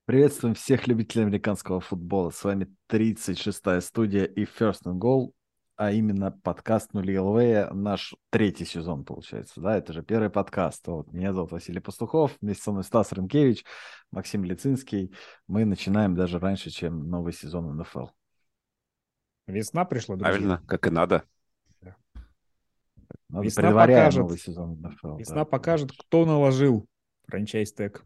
Приветствуем всех любителей американского футбола. С вами 36-я студия и First and Goal, а именно подкаст «Нули ЛВ», наш третий сезон, получается, да? Это же первый подкаст. Вот, меня зовут Василий Пастухов, вместе со мной Стас Рынкевич, Максим Лицинский. Мы начинаем даже раньше, чем новый сезон НФЛ. Весна пришла, друзья. Правильно, как и надо. Да. Надо Весна предваряя покажет. новый сезон НФЛ. Весна Да. покажет, кто наложил франчайз-тег.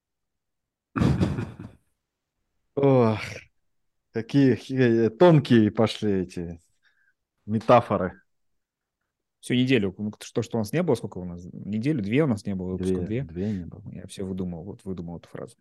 Ох, какие тонкие пошли эти метафоры. Всю неделю. Ну, что у нас не было? Сколько у нас? Неделю? Две у нас не было выпусков? Две? Две не было. Я все выдумал эту фразу.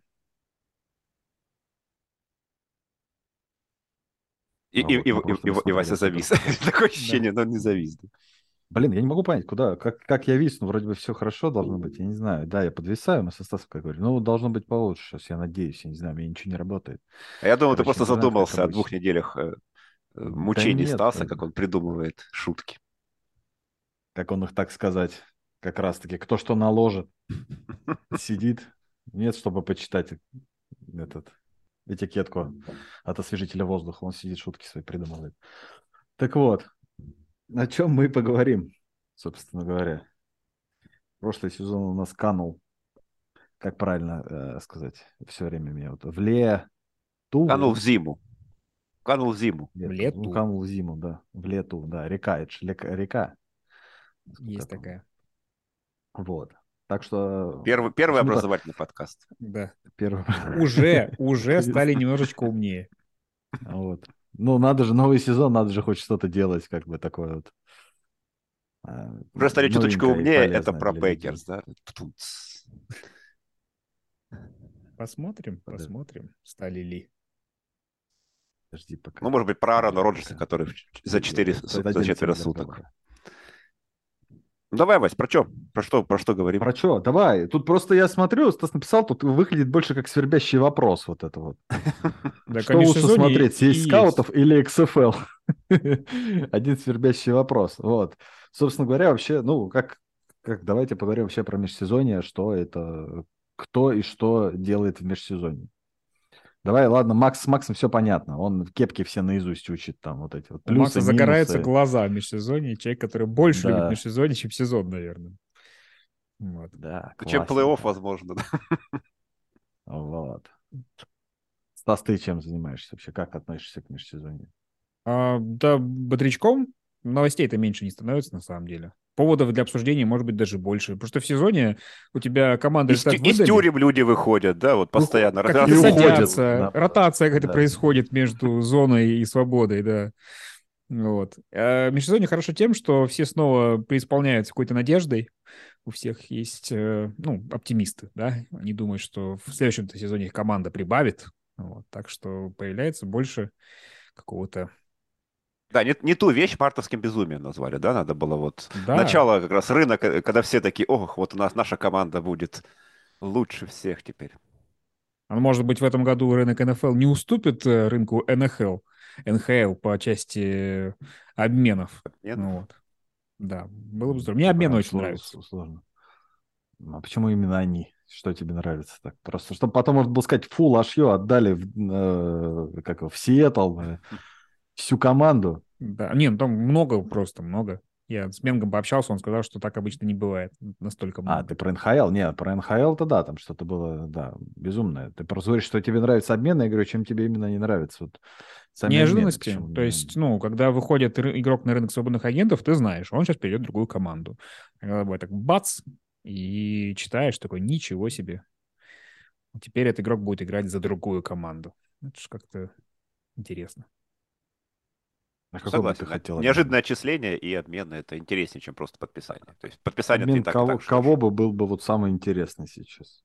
И, А и, вот и, мы и, просто и, не и смотрели Вася эту завис. игру. Такое Да. ощущение, но он не завис. Блин, я не могу понять, куда, как я висну, вроде бы все хорошо должно быть, я не знаю. Да, я подвисаю, мы со Стасом как говорю, ну, должно быть получше сейчас, я надеюсь, я не знаю, у меня ничего не работает. А я думал, ты Короче, просто интернет как задумался о обычно. 2 неделях Да мучений нет, Стаса, как он придумывает шутки. как он их так сказать, как раз-таки, кто что наложит, сидит, нет, чтобы почитать этот этикетку от освежителя воздуха, он сидит, шутки свои придумывает. Так вот, о чем мы поговорим, собственно говоря. Прошлый сезон у нас канул, как правильно сказать, все время меня вот в лету, Канул в зиму. Канул в зиму. В лету, ну, лету канул в зиму, да, в лету, да, река, это ж река, насколько я есть помню. такая. Вот, так что, Первый почему-то образовательный подкаст. Да. первый... Уже стали немножечко умнее. Вот. Ну, надо же, новый сезон, надо же хоть что-то делать, как бы такое вот Уже стали чуточку новенькое и умнее, это полезное про для Пекерс, людей. да? Птунц. Посмотрим. Стали ли. Подожди, пока. Ну, может быть, про Аарона Подожди, Роджерса, пока. который Это за отдельная 4 тема для суток. разговора. Ну, давай, Вась, про что? Про что говорим? Про что? Давай. Тут просто я смотрю, Стас написал, тут выглядит больше как свербящий вопрос вот это вот. Да, Что лучше межсезонье смотреть, и съесть есть. скаутов или XFL? Один свербящий вопрос. Вот. Собственно говоря, вообще, ну, давайте поговорим вообще про межсезонье, что это, кто и что делает в межсезонье. Давай, ладно, с Максом все понятно. Он кепки все наизусть учит, там вот эти вот У Макса плюсы, загораются минусы. глаза в межсезонье. Человек, который больше любит Да, межсезонье, чем сезон, наверное. Вот. да, Ну, чем плей-офф, классненько. возможно, да. Вот. Стас, ты чем занимаешься вообще? Как относишься к межсезонью? Да, бодрячком новостей-то меньше не становится, на самом деле. Поводов для обсуждения может быть даже больше. Потому что в сезоне у тебя команда результат Из выдали, тюрем люди выходят, да, вот постоянно. какие-то И уходят. садятся, Да, ротация какая-то да. происходит между зоной и свободой, да. Вот. А межсезонье хорошо тем, что все снова преисполняются какой-то надеждой. У всех есть, ну, оптимисты, да. Они думают, что в следующем сезоне их команда прибавит. Вот. Так что появляется больше какого-то... Да, не ту вещь мартовским безумием назвали, да, надо было вот Да, начало как раз рынок, когда все такие, ох, вот у нас наша команда будет лучше всех теперь. а может быть, в этом году рынок НФЛ не уступит рынку НХЛ по части обменов. Нет? Ну вот. Да, было бы здорово. Мне Типа обмены там очень нравятся. сложно. А почему именно они? Что тебе нравится так? Просто, чтобы потом можно было сказать, фу, лошье, отдали как его, в Сиэтл всю команду. Да, не, ну там много, просто много. Я с Менгом пообщался, он сказал, что так обычно не бывает. Настолько А, ты много. про НХЛ? Нет, про НХЛ-то да, там что-то было, да, безумное. Ты просто говоришь, что тебе нравятся обмены, я говорю, чем тебе именно не нравятся вот сами обмены, Неожиданности. почему? То есть, ну, когда выходит игрок на рынок свободных агентов, ты знаешь, он сейчас перейдет в другую команду. А когда бывает так бац, и читаешь такой, ничего себе. Теперь этот игрок будет играть за другую команду. Это же как-то интересно. А Ну, какой бы ты согласен, хотел обмен? неожиданное отчисление и обмены это интереснее, чем просто подписание. То есть подписание ты Обмен и так кого ждешь. бы был бы вот самый интересный сейчас?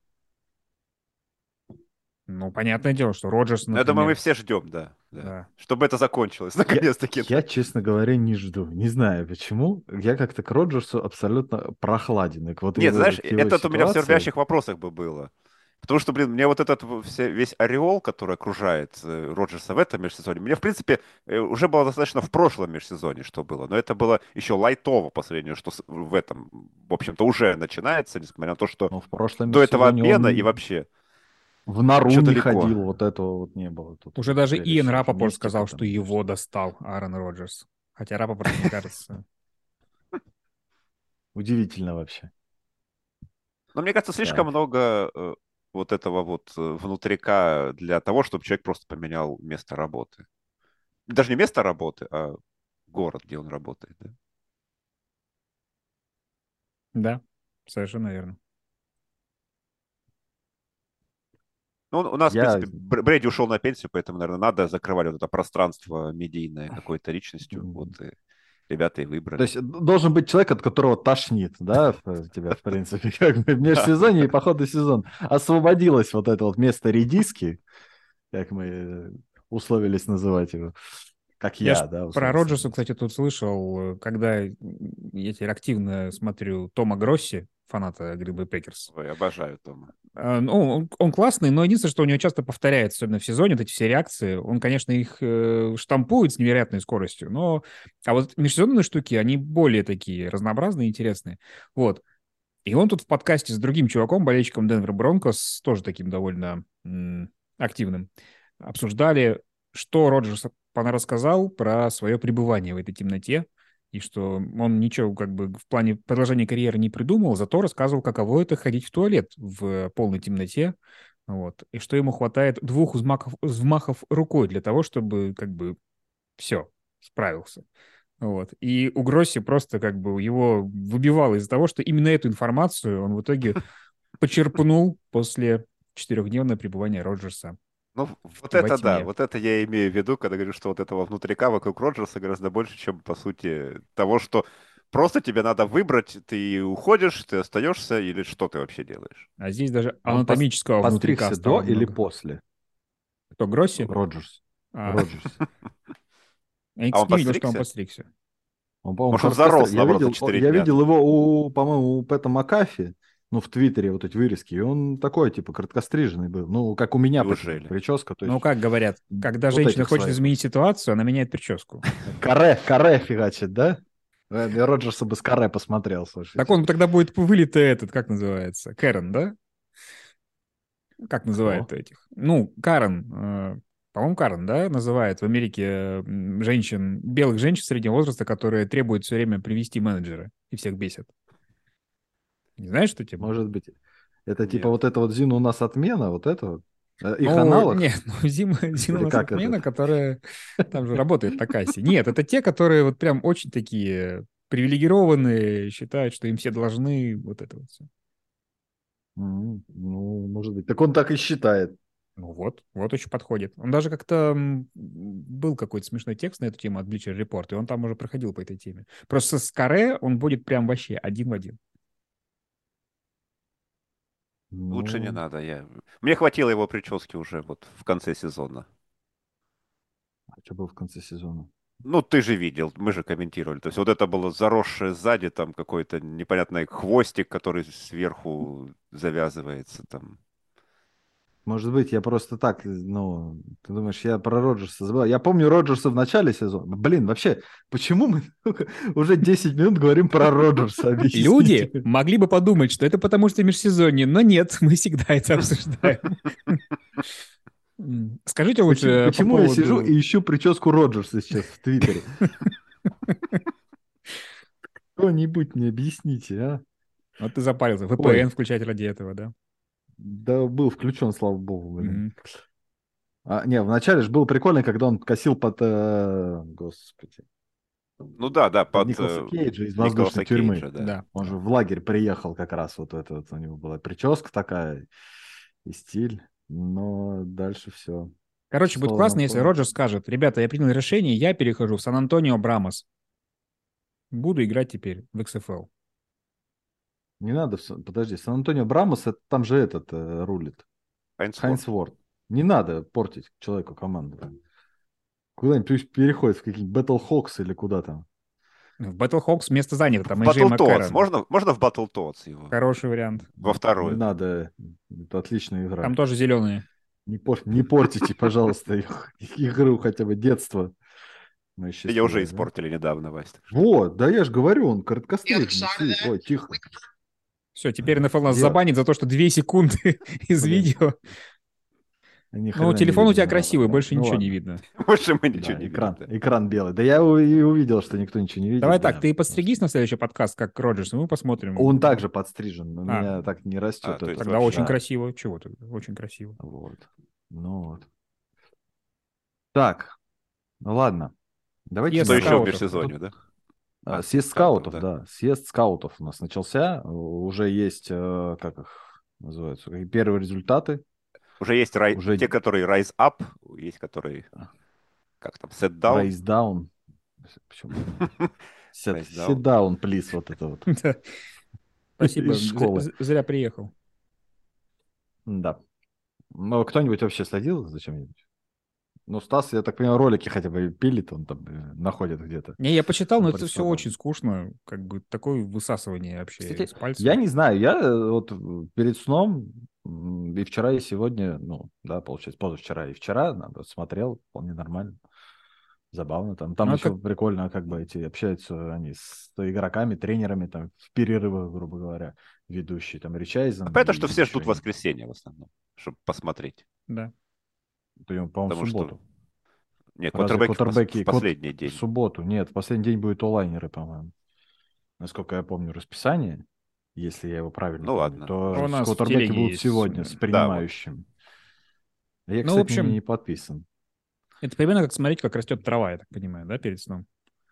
Ну, понятное дело, что Роджерс, Но я думаю, мы например, все ждем, да, да. да. Чтобы это закончилось, Я, наконец-таки, я, да. честно говоря, не жду. Не знаю почему. Я как-то к Роджерсу абсолютно прохладен. И Нет, знаешь, к его это у меня в ситуации. свербящих вопросах бы было. Потому что, блин, мне вот этот весь ореол, который окружает Роджерса в этом межсезонье, мне, в принципе, уже было достаточно в прошлом межсезонье, что было. Но это было еще лайтово по сравнению, что в этом, в общем-то, уже начинается, несмотря на то, что Но в прошлом до этого межсезонье обмена и он вообще. В нору Еще не далеко. ходил, вот этого вот не было. Тут Уже даже зрелище. Иэн Рапопорт Мистика сказал, там, что его достал Аарон Роджерс. Хотя Рапопорт, мне кажется... Удивительно вообще. Но мне кажется, слишком Так. много вот этого вот внутрика для того, чтобы человек просто поменял место работы. Даже не место работы, а город, где он работает. Да? Да, совершенно верно. Ну, у нас, в Я... принципе, Брэди ушел на пенсию, поэтому, наверное, надо закрывать вот это пространство медийное какой-то личностью. Вот и ребята и То выбрали. есть должен быть человек, от которого тошнит, да, тебя, в принципе, как бы в межсезонье и по ходу сезона освободилось вот это вот место редиски, как мы условились называть его, как Я ж я, да, про условился. Роджерса, кстати, тут слышал, когда я теперь активно смотрю Тома Гросси, фаната Green Bay Packers. Ой, обожаю Тома. Ну, он классный, но единственное, что у него часто повторяется, особенно в сезоне, вот эти все реакции. Он, конечно, их штампует с невероятной скоростью, но... А вот межсезонные штуки, они более такие разнообразные и интересные. Вот. И он тут в подкасте с другим чуваком, болельщиком Денвер Бронкос, тоже таким довольно активным, обсуждали, что Роджерс рассказал про свое пребывание в этой темноте, и что он ничего как бы в плане продолжения карьеры не придумал, зато рассказывал, каково это ходить в туалет в полной темноте, вот, и что ему хватает 2 взмахов рукой для того, чтобы как бы все, справился. Вот. И у Гросси просто как бы его выбивало из-за того, что именно эту информацию он в итоге почерпнул после 4-дневного пребывания Роджерса Ну, вот во это да, тьме. вот это я имею в виду, когда говорю, что вот этого внутрика вокруг Роджерса гораздо больше, чем, по сути, того, что просто тебе надо выбрать, ты уходишь, ты остаешься, или что ты вообще делаешь. А здесь даже А он анатомического внутрика постригся стало до или много. после? Кто, Гросси? Роджерс. А, Роджерс. я, А он кстати, не видел, что он постригся? постригся. Он, по-моему, Может, он зарос, Я наоборот, за видел, 4 я дня. видел его, по-моему, у Пэта Макафи, ну, в Твиттере вот эти вырезки, и он такой, типа, короткостриженный был. Ну, как у меня Неужели? прическа, то Ну, есть как говорят, когда вот женщина этих хочет своих. изменить ситуацию, она меняет прическу. Каре фигачит, да? Я Роджерса бы с каре посмотрел, Так слушайте. он тогда будет вылитый этот, как называется, Кэрон, да? Как называют Кто? этих? Ну, Карен, по-моему, Карен, да, называют в Америке женщин, белых женщин среднего возраста, которые требуют все время привести менеджера и всех бесят. Не знаешь, что тему? Может быть, это типа Нет. вот это вот Зина у нас отмена, вот это вот? Их Ну, аналог? нет, ну, Зина у Или нас как это? отмена, которая там же работает на кассе. Нет, это те, которые вот прям очень такие привилегированные, считают, что им все должны вот это вот все. Ну, может быть. Так он так и считает. Ну вот очень подходит. Он даже как-то был какой-то смешной текст на эту тему от Bleacher Report, и он там уже проходил по этой теме. Просто с Каре он будет прям вообще один в один. Лучше не Ну, надо. Мне хватило его прически уже вот в конце сезона. а что было в конце сезона? Ну, ты же видел, мы же комментировали. То есть вот это было заросшее сзади, там какой-то непонятный хвостик, который сверху завязывается там. Может быть, я просто так, ну, ты думаешь, я про Роджерса забыл. Я помню Роджерса в начале сезона. Блин, вообще, почему мы уже 10 минут говорим про Роджерса? Объясните. Люди могли бы подумать, что это потому что межсезонье, но нет, мы всегда это обсуждаем. Скажите лучше по Почему я сижу поводу... и ищу прическу Роджерса сейчас в Твиттере? Кто-нибудь мне объясните, а? Вот ты запарился. VPN Ой, включать ради этого, да? да был включен, слава богу, блин. Мгм. Не, вначале же было прикольно, когда он косил под, господи, Ну да, да, под под Николаса Кейджа из воздушной Николаса тюрьмы. Кейджа, да. Да. Он же в лагерь приехал как раз, вот это вот у него была прическа такая и стиль, но дальше все. Короче, будет классно, если Роджер скажет: ребята, я принял решение, я перехожу в Сан-Антонио Брамос. Буду играть теперь в XFL. Не надо, подожди, Сан-Антонио Брамос, там же этот рулит, Хайнс Хайнс Уорд. Не надо портить человеку команду. Куда-нибудь пусть переходит в какие-нибудь Battle Hawks или куда там. В Battlehawks место занято, там В Эйджей Battletoads. Маккарон. Можно в Battletoads его? Хороший вариант. Во Не вторую. надо, это отличная игра. Там тоже зеленые. Не портите, пожалуйста, их игру хотя бы детства. Мы Ее уже счастливые, да? испортили недавно, Вась. Вот, да я же говорю, он короткострижный. Ой, тихо. Все, теперь НФЛ нас Где? забанит за то, что 2 секунды из Блин. видео Ни Ну, хрена не телефон у видно тебя на красивый, экране. больше Ну ничего не ладно. видно. Больше мы ничего Да, не экран, видим. Да. экран белый. Да я и увидел, что никто ничего не видит. Давай так, да. ты подстригись на следующий подкаст, как Роджерс, и мы посмотрим. Он также подстрижен, у А, меня так не растет то есть этот. тогда очень Да, красиво. Чего ты? Очень красиво. вот. Ну вот. Так, ну ладно. Давайте Съезд Что еще в народ. скаутов. межсезонье, да? Съезд скаутов, да. Съезд скаутов у нас начался. Уже есть, как их называются, первые результаты. Уже есть Уже те, которые rise up, есть которые, как там, set down. raise down. Почему? Rise Sit down. down, please, вот это вот. Да. Спасибо, Из школы. зря приехал. Да. Ну, кто-нибудь вообще следил за чем-нибудь? Ну, Стас, я так понимаю, ролики хотя бы пилит, он там находит где-то. Не, я почитал, но Ну, это все представляю. очень скучно. Как бы такое высасывание вообще Кстати, из пальца. я не знаю, я вот перед сном и вчера, и сегодня, ну, да, получается, позавчера и вчера смотрел, вполне нормально, забавно. Там Ну, еще прикольно, как бы эти общаются они с игроками, тренерами, там, в перерывах, грубо говоря, ведущие, там, Ричайзен. Понятно, что все еще ждут воскресенья в основном, чтобы посмотреть. Да. По-моему, в Потому что... субботу. Нет, Разве квотербеки в последний в день. субботу? Нет, в последний день будут онлайнеры, по-моему. Насколько я помню расписание, если я его правильно Ну помню, ладно. то У нас в квотербеки телеге будут есть. сегодня с Да, вот. принимающим. Я, Ну, в кстати, общем, не подписан. это примерно как смотреть, как растет трава, я так понимаю, да, перед сном?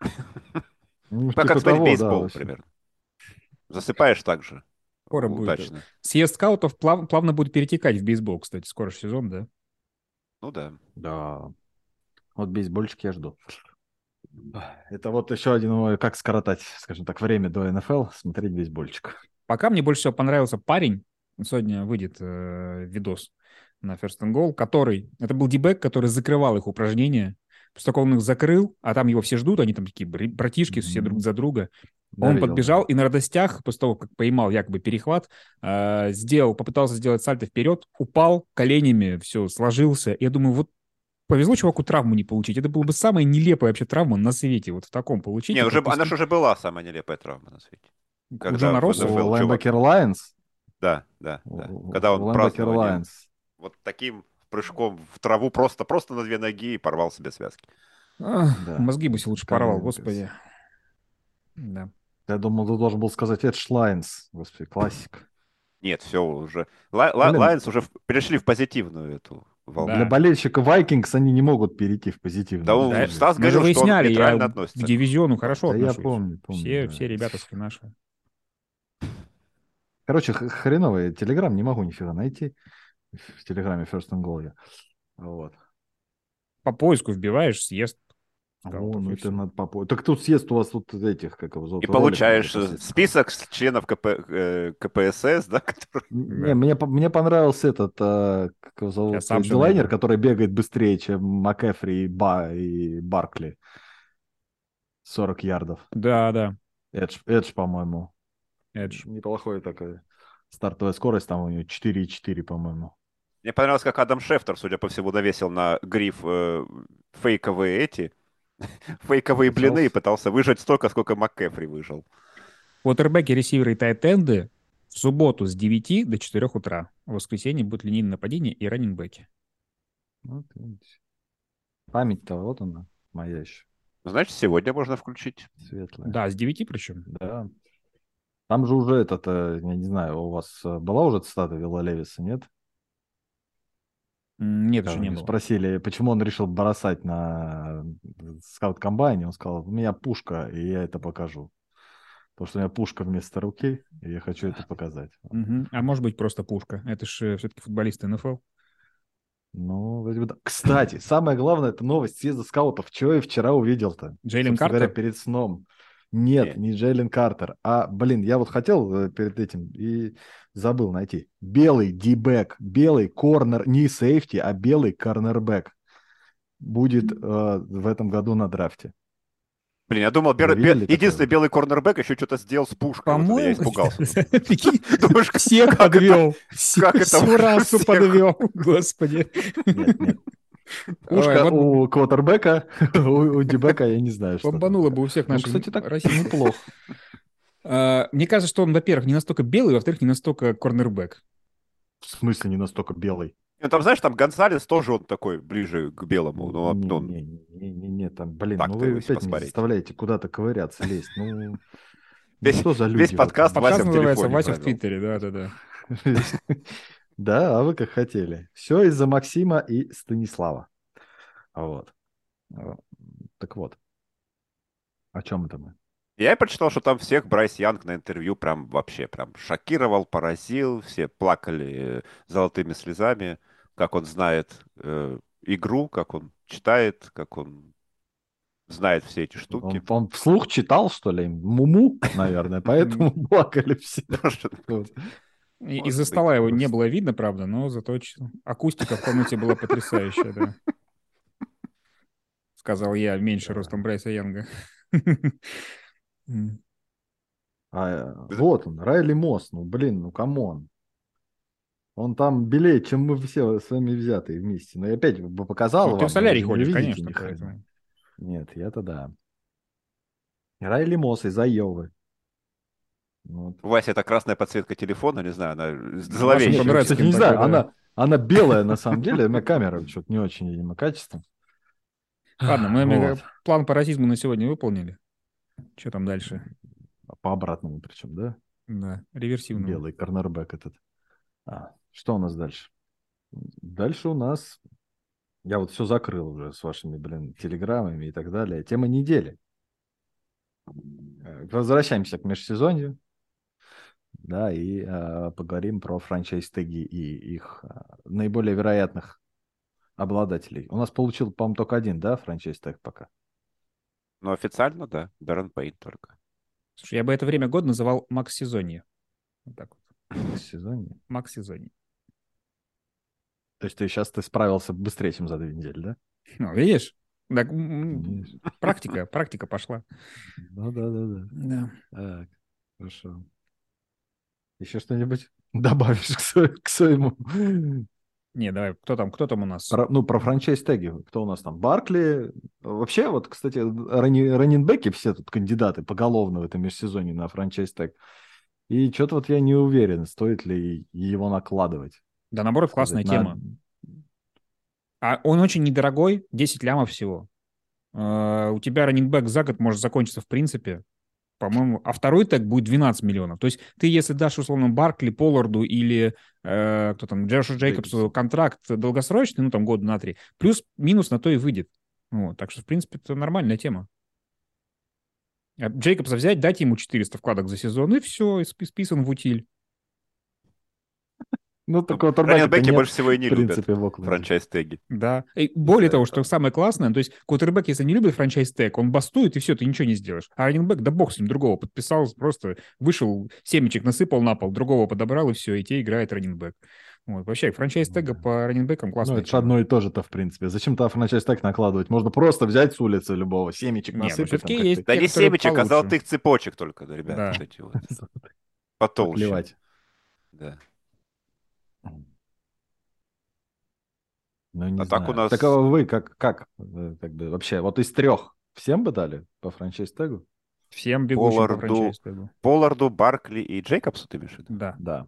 Ну, Как типа смотреть того, да. бейсбол, вообще. примерно. Засыпаешь так же. Скоро будет. Удачно. Съезд скаутов плавно будет перетекать в бейсбол, кстати. Скоро же сезон, да? Ну да. Да. Вот бейсбольчик я жду. Это вот еще один мой, как скоротать, скажем так, время до НФЛ, смотреть бейсбольчик. Пока мне больше всего понравился парень. Сегодня выйдет видос на First and Goal, который... Это был дебэк, который закрывал их упражнения. После того, как он их закрыл, а там его все ждут, они там такие братишки, все друг за друга. Да, Он видел, подбежал да. и на радостях, после того, как поймал якобы перехват, попытался сделать сальто вперед, упал коленями, все, сложился. Я думаю, вот повезло чуваку травму не получить. Это была бы самая нелепая вообще травма на свете. Вот в таком получить. Не, это вот она же уже была самая нелепая травма на свете. у Когда Джона в Росса. НФЛ У чувак... Linebacker Lions. Да. Когда он У Linebacker празднованием Lions. вот таким прыжком в траву просто на две ноги и порвал себе связки. Да. Мозги бы себе лучше Когда порвал, это господи. Да. Я думал, ты должен был сказать Edge Lions. Господи, классик. Нет, все уже. Блин. Lions уже перешли в позитивную эту волну. Да. Для болельщика Vikings они не могут перейти в позитивную. Да, Да, Стас мы же говорил, что он выясняли, я нейтрально к относится. дивизиону хорошо Да я отношусь. помню, Все да. ребятушки наши. Короче, хреновый Телеграм, не могу нифига найти в Телеграме First and Goal. Вот. По поиску вбиваешь, съезд. О, и ну это всё. надо попозже. Так тут съезд у вас вот этих, как его зовут, И роликов получаешь где-то съезд. список членов КПСС, да, которые... Не, мне понравился этот, как его зовут, Я сам всё Дилайнер, найду. который бегает быстрее, чем МакЭфри и Баркли. 40 ярдов. Да. Эдж, по-моему. Эдж. Неплохой такой. Стартовая скорость там у него 4,4, по-моему. Мне понравилось, как Адам Шефтер, судя по всему, навесил на гриф фейковые блины и пытался выжать столько, сколько МакКэфри выжил. Квотербеки, ресиверы и тайтенды в субботу с 9 до 4 утра. В воскресенье будет линейное нападение и раннингбеки. Вот, видите. Память-то вот она, моя еще. Значит, сегодня можно включить. Светлая. Да, с 9 причем. Да. Там же уже я не знаю, у вас была уже цитата Вилла Левиса, нет? Нет, еще Когда не у него было. спросили, почему он решил бросать на скаут-комбайне, он сказал, у меня пушка, и я это покажу. Потому что у меня пушка вместо руки, и я хочу это показать. Мгм. А может быть просто пушка. Это же все-таки футболисты НФЛ. Ну, вроде бы да. Кстати, самое главное, это новость съезда скаутов. Чего я вчера увидел-то? Джейлен Собственно говоря, Картер? перед сном. Нет, не Джейлен Картер. Я вот хотел перед этим и забыл найти. Белый дибэк, белый корнер, не сейфти, а белый корнербэк будет в этом году на драфте. Блин, я думал, Вы видели единственный такое? белый корнербэк еще что-то сделал с пушкой. Вот это я По-моему, испугался. прикинь, Думаешь, всех как подвел. как это Всю уж расу всех? подвел. Господи. Нет. Ой, Пушка вот у квотербека, у дибэка я не знаю, что там. бомбануло бы у всех Ну, наших кстати, так российских. неплохо. Мне кажется, что он, во-первых, не настолько белый, во-вторых, не настолько корнербэк. В смысле не настолько белый? Ну, там, знаешь, там Гонсалес тоже он такой ближе к белому. Ну, он Не, там, блин, ну так-то, вы если опять меня посмотреть. заставляете куда-то ковыряться, лезть. Ну Весь, что за весь люди вот? подкаст Подкаст Вася в называется телефоне «Вася в провел. Твиттере», да-да-да. Да, а вы как хотели. Все из-за Максима и Станислава. Вот. А, Так вот, о чем это мы? Я прочитал, что там всех Брайс Янг на интервью прям вообще прям шокировал, поразил. Все плакали золотыми слезами, как он знает игру, как он читает, как он знает все эти штуки. Он вслух читал, что ли? Муму, наверное, поэтому плакали все. Может Вот. быть. Из-за Может быть. стола его не было видно, правда, но зато акустика в комнате была потрясающая, да. Сказал я, меньше Да. ростом Брайса Янга. М. Вот он, Райли Мосс. Ну, блин, ну, камон. Он там белее, чем мы все с вами взятые вместе. Но я опять бы Ну, показал ты в вам, но вы солярий же не ходишь, увидите ни конечно, хрена. поэтому. Нет, я-то да. Райли Мосс из Айовы. Вот. У Васи это красная подсветка телефона, не знаю, она Вашим Нет, зловещая. ну, кстати, Кондратским не знаю, такой, да. она белая на самом деле, у меня камера что-то не очень, видимо, качество. Ладно, Вот. план по расизму на сегодня выполнили. Что там дальше? По обратному причем, да? Да, реверсивному. Белый корнербэк этот. Что у нас дальше? Дальше у нас... Я вот все закрыл уже с вашими, блин, телеграммами и так далее. Тема недели. Возвращаемся к межсезонью. Да, и поговорим про франчайз-теги и их наиболее вероятных обладателей. У нас получил, по-моему, только один, да, франчайз-тег пока? Но официально, да, Даррен Пейн только. Слушай, я бы это время года называл макс-сезонье. Вот так вот. Межсезонье. Макс-сезонье. То есть ты справился быстрее, чем за 2 недели, да? Ну, видишь? Так, Видишь? практика пошла. Ну да, да, да. Да. Так, хорошо. Еще что-нибудь добавишь к своему? Не, давай, кто там у нас? Про франчайз-теги. Кто у нас там? Баркли. Вообще, вот, кстати, раннинбеки все тут кандидаты поголовно в этом межсезонье на франчайз-тег. И что-то вот я не уверен, стоит ли его накладывать. Да, наоборот, классная Сказать, тема. А он очень недорогой, 10 лямов всего. У тебя раннингбэк за год может закончиться в принципе, по-моему, а второй тег будет 12 миллионов. То есть ты, если дашь, условно, Баркли, Полларду или кто там, Джошу Джейкобсу контракт долгосрочный, ну, там, года на 3, плюс-минус на то и выйдет. Вот, так что, в принципе, это нормальная тема. А Джейкобса взять, дать ему 400 вкладок за сезон, и все, списан в утиль. Ну, Ну, такого торбека-то раннинбеки нет, больше всего и в не любят принципе, в Окленде. франчайз-теги. Да. И более Из-за того, что этого. самое классное, то есть квотербек, если не любит франчайз-тег, он бастует, и все, ты ничего не сделаешь. А раннингбэк, да бог с ним, другого подписал, просто вышел, семечек насыпал на пол, другого подобрал, и все, и тебе играет раннингбэк. Вот. Вообще, франчайз-тега по раннингбэкам Ну, классная это же тема. одно и то же-то, в принципе. Зачем то франчайз-тег накладывать? Можно просто взять с улицы любого, семечек Не, ну насыпать там все-таки как-то. есть Да те, не которые семечек, а получше. золотых цепочек только, да, ребят, Да. вот эти вот. Потолще. Поклевать. Да. Ну, не А так у знаю. Так а нас вы как бы вообще, вот из трех всем бы дали по франчайз-тегу? Всем бегущим по Полларду, франчайз-тегу. Полларду, Баркли и Джейкобсу, ты имеешь в виду? Да. Да.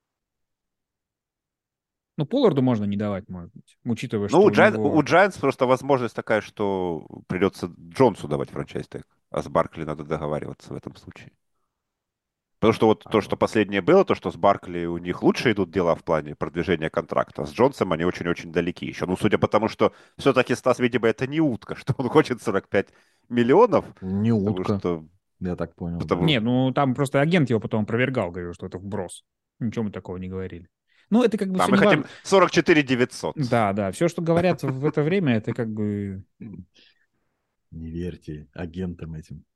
Ну, Полларду можно не давать, может быть, учитывая, Ну, что у у У него... Giants просто возможность такая, что придется Джонсу давать франчайз-тег, а с Баркли надо договариваться в этом случае. Потому что вот то, что последнее было, то, что с Баркли у них лучше идут дела в плане продвижения контракта, а с Джонсом они очень-очень далеки еще. Ну, судя по тому, что все-таки Стас, видимо, это не утка, что он хочет 45 миллионов, Не потому утка, что... я так понял, да. Потому... Не, ну там просто агент его потом опровергал, говорил, что это вброс. Ничего мы такого не говорили. Ну, это как бы Да, все мы не хотим важно. 44 900. Да, да, все, что говорят в это время, это как бы... Не верьте агентам этим.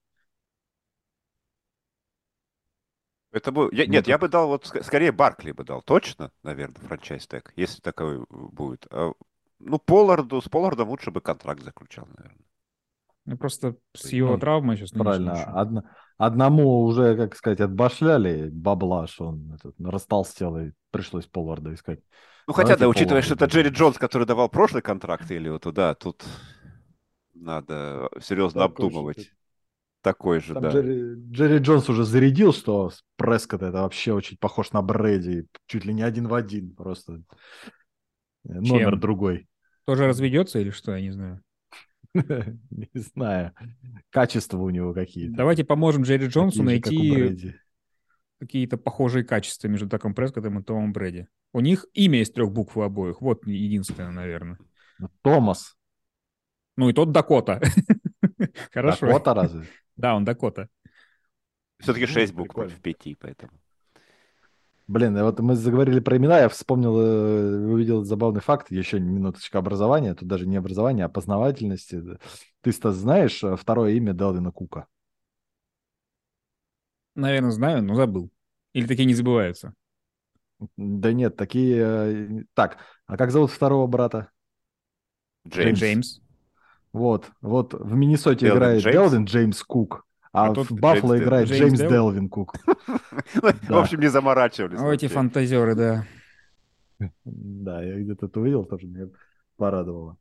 Это бы... Ну Нет, я бы так, дал, вот скорее Баркли бы дал, точно, наверное, франчайз-тег, если такой будет. Ну, Полларду, с Поллардом лучше бы контракт заключал, наверное. Ну, просто с его ну, травмой сейчас нынешней правильно. еще. Одному уже, как сказать, отбашляли бабла, что он растолстел, и пришлось Полларда искать. Ну, хотя, Давайте да, учитывая, Полларда что это Джерри дадим. Джонс, который давал прошлый контракт или вот туда, тут надо серьезно Такой же. обдумывать. Такой же, Там да. Джерри Джонс уже зарядил, что Прескотт это вообще очень похож на Брэди, чуть ли не один в один просто. Номер Чем? другой. Тоже разведется или что, я не знаю. Не знаю. Качества у него какие-то. Давайте поможем Джерри Джонсу Такие же, как у найти Брэди. какие-то похожие качества между Даком Прескоттом и Томом Брэди. У них имя из 3 букв у обоих. Вот единственное, наверное. Ну, Томас. Ну и тот Дакота. Хорошо. Дакота разве? Да, он Дакота. Все-таки Ну, 6 букв прикольно. против 5, поэтому. Блин, и вот мы заговорили про имена, я вспомнил, увидел забавный факт, еще минуточка образования, тут даже не образование, а познавательности. Ты, Стас, знаешь второе имя Делвина Кука? Наверное, знаю, но забыл. Или такие не забываются. Да нет, такие... Так, а как зовут второго брата? Джеймс. Джеймс. Вот в Миннесоте Делвин играет Джеймс? Делвин Джеймс Кук, А а в тут Джеймс Баффало Делвин. играет Джеймс Джеймс Делвин. Делвин Кук. В Да, общем, не заморачивались О, эти вообще. фантазеры, да. да, я где-то это увидел, тоже меня порадовало.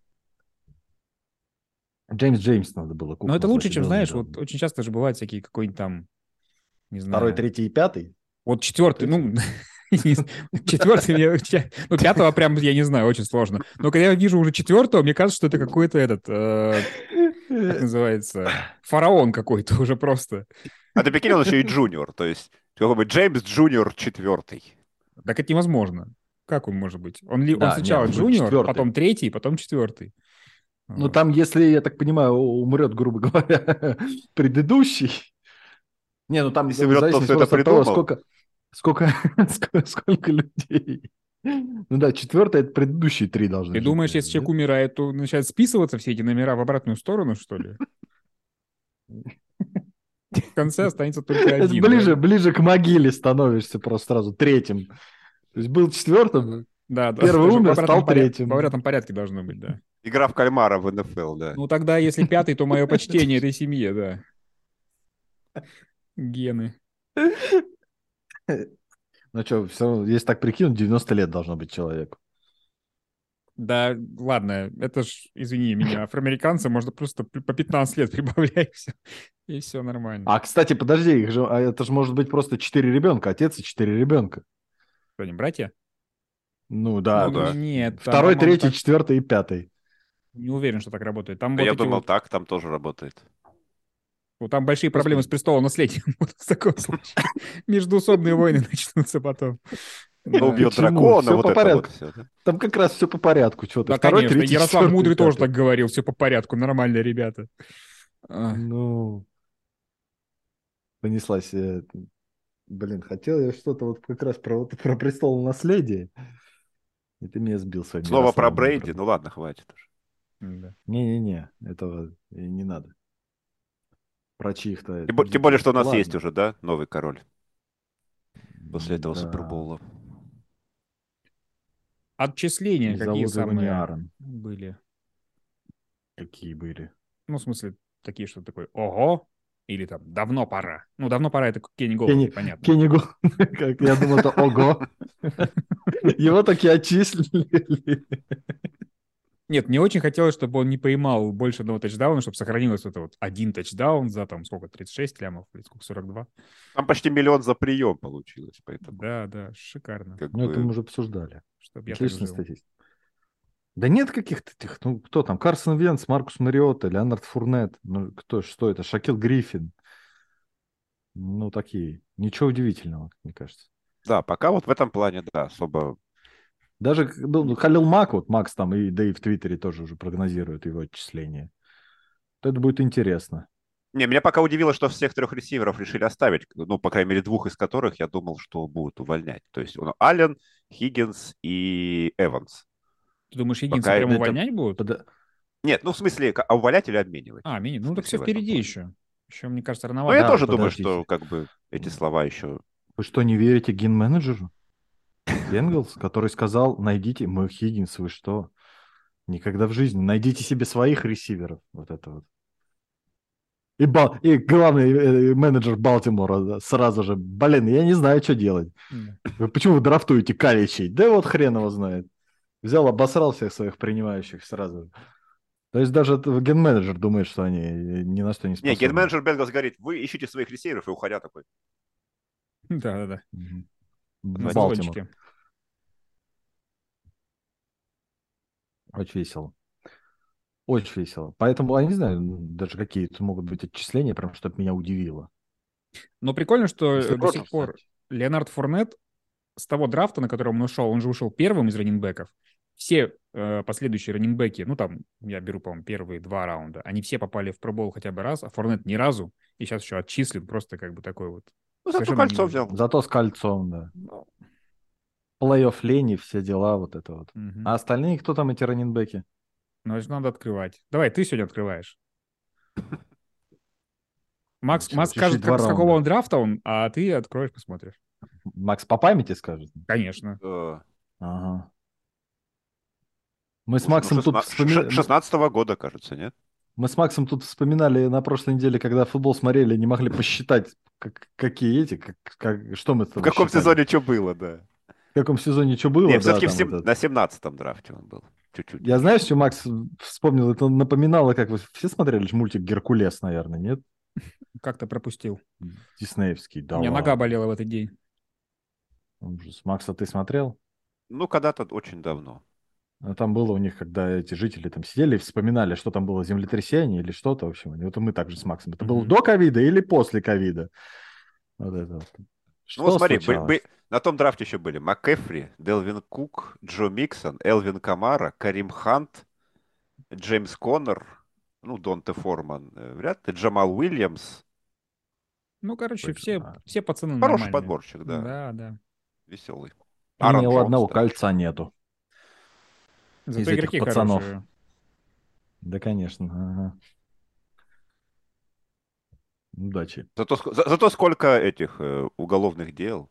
Джеймс надо было Но Кук это лучше, назвать, и чем, Делвин знаешь, вот Делвин. очень часто же бывают всякие какой-нибудь там, не Второй, знаю. третий и пятый? Вот Вот 4-й, эти ну, вот. четвертый, ну, 5-го прям, я не знаю, очень сложно. Но когда я вижу уже 4-го, мне кажется, что это какой-то этот, как называется, фараон какой-то уже просто. А ты прикинь, он еще и джуниор, то есть какой-нибудь Джеймс Джуниор 4. Так это невозможно. Как он может быть? Он Да, не, сначала он будет джуниор, четвертый. потом 3-й, потом 4-й. Ну, там, если, я так понимаю, умрет, грубо говоря, предыдущий. Не, ну там Если в врет тот, зависимости кто это просто от того, придумал, сколько, сколько людей. Ну да, четвертый это предыдущие 3 Ты должны жить, думаешь, если наверное, человек нет? умирает, то начинают списываться все эти номера в обратную сторону, что ли? В конце останется только Это один, да? ближе к могиле становишься просто сразу третьим. То есть был четвертым, Да, да, первый даже умер, стал в третьим. обратном порядке должно быть, да. игра в кальмара в НФЛ, да. Ну тогда, если 5-й, то мое почтение этой семье, да. Гены. Ну что, все, если так прикинуть, 90 лет должно быть человеку. Да, ладно, это ж, извини меня, афроамериканцам можно просто по 15 лет прибавлять, и все нормально. А, кстати, подожди, это же может быть просто 4 ребенка, отец и 4 ребенка. Что, они братья? Ну Ну да, то да. есть Нет, там, второй, по-моему, третий, так четвертый и пятый. не уверен, что так работает. Там А вот я эти думал, вот, так там тоже работает. ну, там большие проблемы с Господи. престолом наследием будут в таком случае. Междуусобные войны начнутся потом. Кто Да. убьет Почему? дракона, Все вот по это вот порядку. все, да? Там как раз все по порядку. Что ты? Да, Второй, конечно, третий, Ярослав четвертый, Мудрый тоже пятый. так говорил, все по порядку, нормально, ребята. А, Ну, понеслась. Блин, хотел я что-то вот как раз про престол наследие. И ты меня сбил своим Снова про Ярославом Брейди, Мудрым. ну ладно, хватит уже. да. Не-не-не, этого и не надо. Про чьих-то Тем более, детей. что у нас есть Ладно. уже, да, новый король после этого Да. Супербоула. Отчисления И какие зовут его не самые Аарон. были? Какие были? Ну, в смысле, такие, что такое «Ого!» или там «Давно пора». Ну, «Давно пора» — это Кенни Голдби, понятно. Кенни как я думал, это ого. Его таки отчислили. Нет, мне очень хотелось, чтобы он не поймал больше одного тачдауна, чтобы сохранилось это вот один тачдаун за там сколько, 36 лямов или сколько, 42. Там почти миллион за прием получилось, поэтому Да, да, шикарно. как Ну, это мы бы... уже обсуждали. Чтобы я так Отличная жил. статистика. Да нет каких-то этих, ну, кто там? Карсон Венц, Маркус Мариотта, Леонард Фурнет. Ну, кто, что это? Шакил Гриффин. Ну, такие. Ничего удивительного, мне кажется. Да, пока вот в этом плане, да, особо... Даже ну, Халил Мак, вот Макс там, да и в Твиттере тоже уже прогнозирует его отчисление. Вот это будет интересно. Не, меня пока удивило, что всех 3 ресиверов решили оставить, ну, по крайней мере, 2 из которых я думал, что будут увольнять. То есть Аллен, Хиггинс и Эванс. Ты думаешь, Хиггинса Пока прям Это увольнять будут? Нет, ну, в смысле, увольнять или обменивать? Ну В так все смысле, в этом впереди плане. еще. Еще, мне кажется, Ну, я рановато. да, тоже думаю, что, подождите. как бы, эти слова еще... Вы что, не верите ген-менеджеру? Бенгалс, который сказал, найдите, мой Хиггинс, вы что? Никогда в жизни. Найдите себе своих ресиверов. Вот это вот. И главный менеджер Балтимора да, сразу же, блин, я не знаю, что делать. Да. Почему вы драфтуете каличей? Да вот хрен его знает. Взял, обосрал всех своих принимающих сразу. То есть даже ген-менеджер думает, что они ни на что не Не, способны. ген-менеджер Бенгалс говорит, вы ищите своих ресиверов, и уходя такой. Да. Мгм. На Балтимор. сезончике. Очень весело. Очень весело. Поэтому, я не знаю, даже какие-то могут быть отчисления, прям, чтобы меня удивило. Но прикольно, что Если до сих Роджерс пор взять. Леонард Форнет с того драфта, на котором он ушел, он же ушел первым из раннинбеков. Все последующие раннинбеки, ну там, я беру, по-моему, первые 2 раунда, они все попали в пробол хотя бы раз, а Форнет ни разу, и сейчас еще отчислен, просто как бы такой вот Ну, зато совершенно кольцо ненужный. взял. Зато с кольцом, да. Ну, Плей-офф лени, все дела, вот это вот. мгм. А остальные, кто там эти раннинбеки? Ну, это же надо открывать. Давай, ты сегодня открываешь. Макс, Чё, Макс чуть-чуть скажет, два с какого раунда. он драфта он, а ты откроешь, посмотришь. Макс по памяти скажет? Конечно. Ага. Мы с Слушай, ну Максом тут 16-го года, кажется, нет? Мы с Максом тут вспоминали на прошлой неделе, когда футбол смотрели, не могли посчитать, какие эти, что мы с В тобой каком считали. сезоне что было, да. В каком сезоне что Не, было, да, все-таки там этот. на 17-м драфте он был. Чуть-чуть Я ниже. знаю, что Макс вспомнил, это напоминало, как вы все смотрели же мультик «Геркулес», наверное, нет? Как-то пропустил. Диснеевский, У да меня нога ладно. болела в этот день. Ужас. Макса ты смотрел? Ну, когда-то очень давно. А там было у них, когда эти жители там сидели и вспоминали, что там было, землетрясение или что-то, в общем. И вот мы также с Максом. Это было Мгм. до ковида или после ковида? Вот это вот. Ну, вот Что смотри, случалось? на том драфте еще были МакКефри, Делвин Кук, Джо Миксон, Элвин Камара, Карим Хант, Джеймс Коннор, ну, Донте Форман, вряд ли, Джамал Уильямс. Ну, короче, все, А, все пацаны Хороший нормальные. подборчик, да, Да, да. веселый. И ни Аарон у Джонс одного даже. кольца нету из Зато этих игроки пацанов. хорошие. Да, конечно. Ага. Удачи. Зато сколько этих уголовных дел.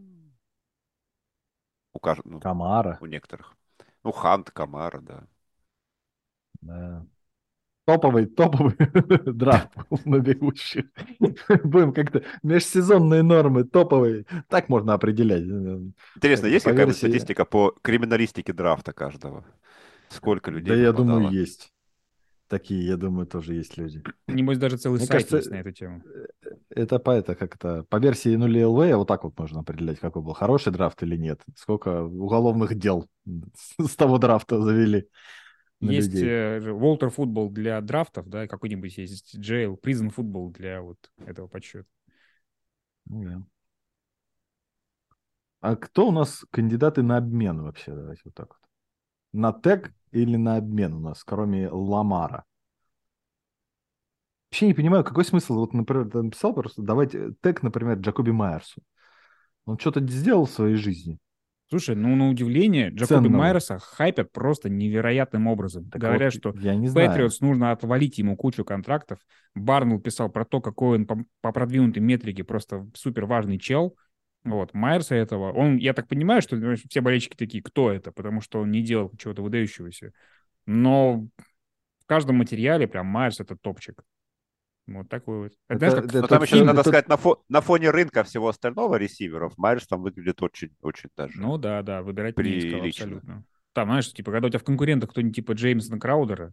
Ну, Камара. у некоторых. Ну, Хант, Камара, да. Да. Топовый драфт на бегущих. Будем как-то межсезонные нормы топовые. Так можно определять. Интересно, Это есть по какая-нибудь версии. статистика по криминалистике драфта каждого? Сколько Да, людей я думаю, попадало? есть. Такие, я думаю, тоже есть люди. Небось, даже целый Мне сайт кажется, есть на эту тему. это по это как-то по версии нули ЛВ вот так вот можно определять, какой был хороший драфт или нет. Сколько уголовных дел с того драфта завели на Есть людей. Волтер футбол для драфтов, да, и какой-нибудь есть Jail, Prison футбол для вот этого подсчета. Ну, да. А кто у нас кандидаты на обмен вообще? Давайте вот так вот. На тег или на обмен у нас, кроме Ламара? Вообще не понимаю, какой смысл. Вот, например, ты написал просто давать тег, например, Джакоби Майерсу. Он что-то сделал в своей жизни Слушай, ну, на удивление, Джакоби ценного. Майерса хайпят просто невероятным образом. Так вот, Говорят, что я не знаю. Патриотс нужно отвалить ему кучу контрактов. Барнелл писал про то, какой он по продвинутой метрике просто супер важный чел. Вот, Майерса этого, он, я так понимаю, что знаешь, все болельщики такие, кто это, потому что он не делал чего-то выдающегося. Но в каждом материале прям Майерс это топчик. Вот такой вот. Это знаешь, как Но Это там еще, все, Кинг. надо это сказать, на фоне рынка всего остального ресиверов, Майерс там выглядит очень, очень даже Ну да, да, выбирать не из кого прилично. абсолютно. Там, знаешь, типа, когда у тебя в конкурентах кто-нибудь типа Джеймсона Краудера,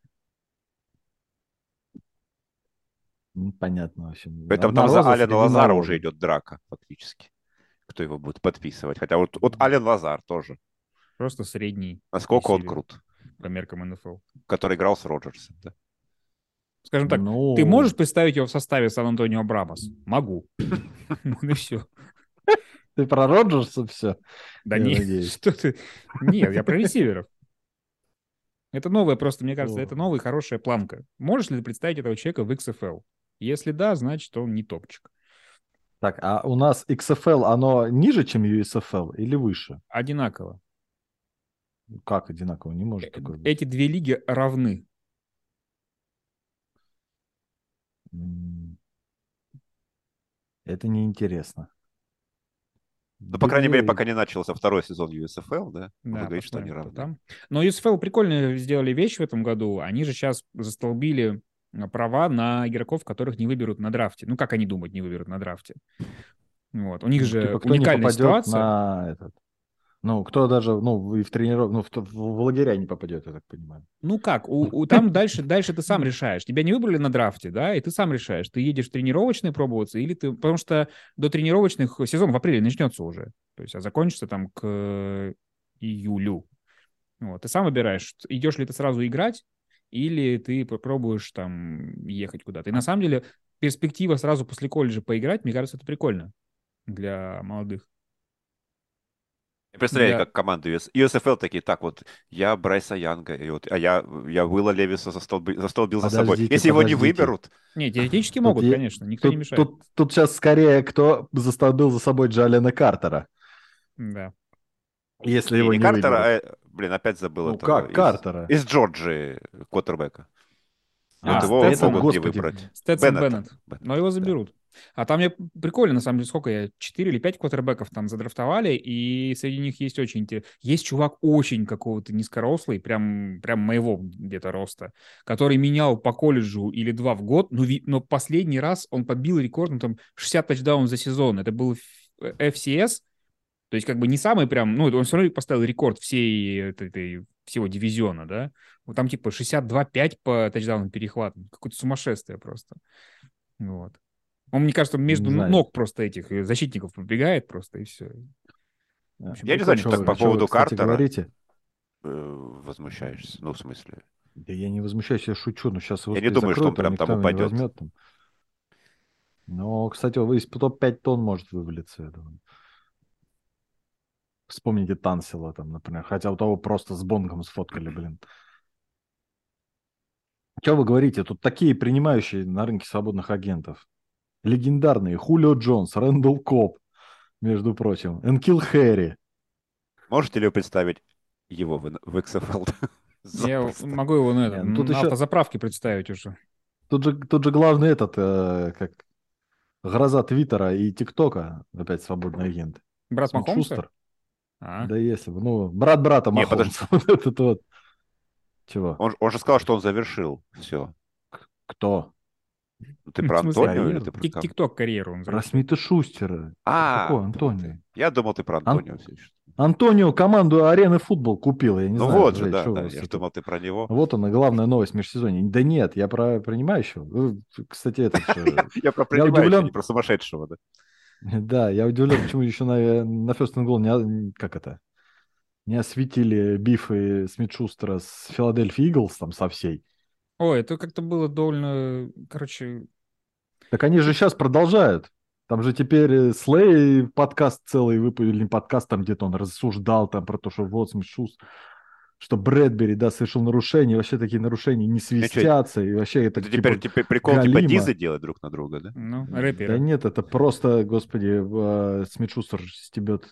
понятно, в общем. Поэтому Одна там за роза Алена среди Лазара уже навоза. идет драка, фактически. Кто его будет подписывать. Хотя вот Ален Лазар тоже. просто средний Насколько он ресивер крут. по меркам НФЛ. Который играл с Роджерсом. Да. Скажем так, ты Ну, можешь представить его в составе Сан-Антонио Брамос? Могу. Ну и все. ты про Роджерса все, Да я не, надеюсь. что ты... Нет, я про ресиверов. Это новая просто, мне кажется, О. это новая хорошая планка. Можешь ли ты представить этого человека в XFL? Если да, значит, он не топчик. Так, а у нас XFL, оно ниже, чем USFL или выше? Одинаково. Как одинаково? Не может такое быть. Эти две лиги равны. М, Это неинтересно. Ну, по крайней мере, Две... пока не начался второй сезон USFL, да, можно Да, говорить, что они посмотрим, кто равны. там. Но USFL прикольно сделали вещь в этом году. Они же сейчас застолбили права на игроков, которых не выберут на драфте. Ну, как они думают, не выберут на драфте. Вот. У них Ну, же типа, кто не уникальная попадет ситуация. на этот... Ну, кто даже, ну, и в тренировку, ну, в лагеря не попадет, я так понимаю. Ну как, там дальше ты сам решаешь. Тебя не выбрали на драфте, да, и ты сам решаешь, ты едешь в тренировочные пробоваться или ты... Потому что до тренировочных сезон в апреле начнется уже. То есть, а закончится там к июлю. Вот. Ты сам выбираешь, идешь ли ты сразу играть, или ты попробуешь там ехать куда-то. И на самом деле перспектива сразу после колледжа поиграть, мне кажется, это прикольно для молодых. Я представляю, Для... как команды USFL такие, так вот, я Брайса Янга, я Уилла Левиса застолбил за собой. Подождите, Если его не подождите. выберут, Не, теоретически Тут, могут, конечно, никто не мешает. тут сейчас скорее кто застолбил за собой Джалена Картера, Да. если не, его не не Картера, выберут. блин, опять забыл Ну этого, как Картера? из Джорджии квотербека. И вот его Это, Стэтсона. могут не господи, выбрать. Стэтсон Беннета. Беннет. Но его Да. заберут. А там мне прикольно, на самом деле, сколько я, 4 или 5 квотербеков там задрафтовали, и среди них есть очень интересный. Есть чувак очень какого-то низкорослый, прям моего где-то роста, который менял по колледжу или 2 в год, но последний раз он подбил рекорд, ну, там 60 тачдаунов за сезон. Это был FCS, то есть как бы не самый прям, ну, он все равно поставил рекорд всего дивизиона, да. Вот там типа 62-5 по тачдаунам перехватам. Какое-то сумасшествие просто. Вот. Он, мне кажется, не между знаю. ног просто этих защитников пробегает просто, и все. В общем, Я не знаю, прикольно. что так по Что вы, поводу кстати, Картера говорите? возмущаешься. Ну, в смысле, Да я не возмущаюсь, я шучу, но сейчас его, я не сказать, думаю, что он закроют, его прям там никто его не упадет. возьмет. Там. Но, кстати, из топ-5 тонн может вывалиться, я думаю. Вспомните Тансела там, например. Хотя у того просто с бонгом сфоткали, блин. Что вы говорите? Тут такие принимающие на рынке свободных агентов. Легендарные Хулио Джонс, Рэндалл Коб, между прочим. Энкил Хэри. Можете ли вы представить его в XFL? Я Запросто. могу его Не, ну тут на еще... автозаправке представить уже. Тут же главный этот, как гроза Твиттера и ТикТока, опять свободный агент. Брат Смит Махомса? Шустер. А, Да если бы. Ну, брат брата Не, подожди. Махомса. Вот этот вот. Чего? Он же сказал, что он завершил все. Кто? Ты в про смысле, Антонио или карьеру? ты про кого? тик-ток-карьеру он Про завершил. Смита Шустера. Какой Вот ты. Антонио? Я думал, ты про Антонио все еще. Антонио команду Арены Футбол купил. Я не Ну знаю, вот же, Жень, да, что у да. вас Я же это? думал, ты про него. Вот она, главная новость в межсезонье. Да нет, я про принимающего. Кстати, этот... Я про Я принимающего, не удивлен. про сумасшедшего, да. Да, я удивлен, почему еще на First and Goal как это? Не осветили бифы Смит Шустера с Филадельфией Иглс там со всей. Ой, это как-то было довольно, короче, Так они же сейчас продолжают. Там же теперь Слей подкаст целый выпустил, или не подкаст, там где-то он рассуждал там про то, что вот Смит Шустер, что Брэдбери, да, совершил нарушение, вообще такие нарушения не Ну что, свистятся, и вообще это это теперь типа прикол типа галимо. дизы делать друг на друга, да? ну, Да рэперы. нет, это просто, господи, Смит Шустер стебет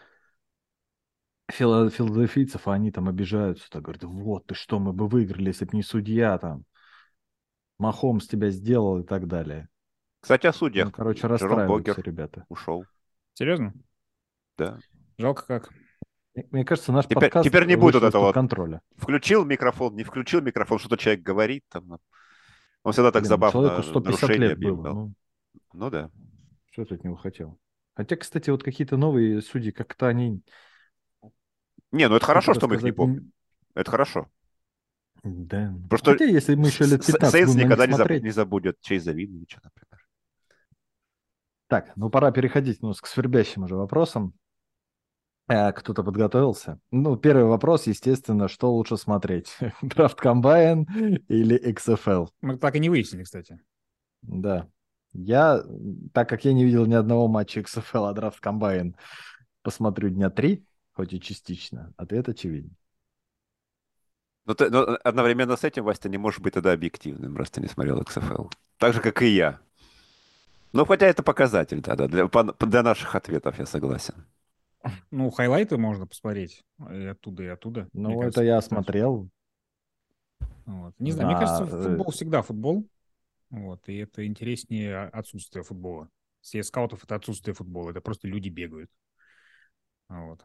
филадельфийцев, а они там обижаются, так говорят, вот ты что, мы бы выиграли, если бы не судья там, Махомс тебя сделал и так далее. Кстати, о Ну, судьях. короче, Джером расстраиваются Богер ребята. ушел, Серьезно? да. Жалко как. Мне кажется, наш Теперь, подкаст теперь не будет вышел вот этого из-под вот. контроля. Включил микрофон, не включил микрофон, что-то человек говорит там. Он всегда так Блин, ну, человеку забавно 150 нарушение лет было. объявлял. Ну, Ну да. что ты от него хотел? Хотя, кстати, вот какие-то новые судьи, как-то они, Не, ну это как хорошо, это что мы их не сказать, помним. Это хорошо. да. Просто Хотя, если мы еще лет 15 Сейнс будем на них никогда смотреть. не забудет Чейза Виновича, например. Так, ну пора переходить ну, к свербящим уже вопросам. Кто-то подготовился? Ну, первый вопрос, естественно, что лучше смотреть? Драфт Комбайн или XFL? Мы так и не выяснили, кстати. Да. Я, так как я не видел ни одного матча XFL, а Драфт Комбайн посмотрю дня 3, хоть и частично, ответ очевиден. Но одновременно с этим, Вася, ты не можешь быть тогда объективным, раз ты не смотрел XFL. Так же, как и я. Ну, хотя это показатель, да, для наших ответов, я согласен. Ну, хайлайты можно посмотреть и оттуда, и оттуда. Мне Ну, это кажется, я достаточно. смотрел. Вот. Не знаю, мне На, кажется, футбол всегда футбол. Вот, и это интереснее отсутствие футбола. Все скаутов — это отсутствие футбола, это просто люди бегают. Вот.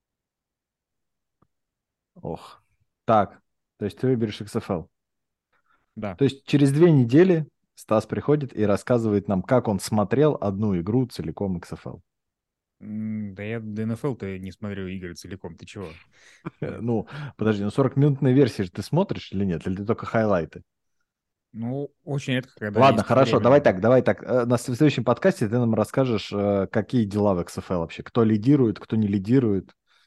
Ох. Так, то есть ты выберешь XFL. Да. То есть через 2 недели Стас приходит и рассказывает нам, как он смотрел одну игру целиком XFL. Да я до НФЛ-то не смотрю игры целиком, ты чего? Ну, подожди, ну 40-минутные версии же ты смотришь или нет? Или ты только хайлайты? Ну, очень редко, когда Ладно, есть хорошо, время. давай так. На следующем подкасте ты нам расскажешь, какие дела в XFL вообще. Кто лидирует, кто не лидирует.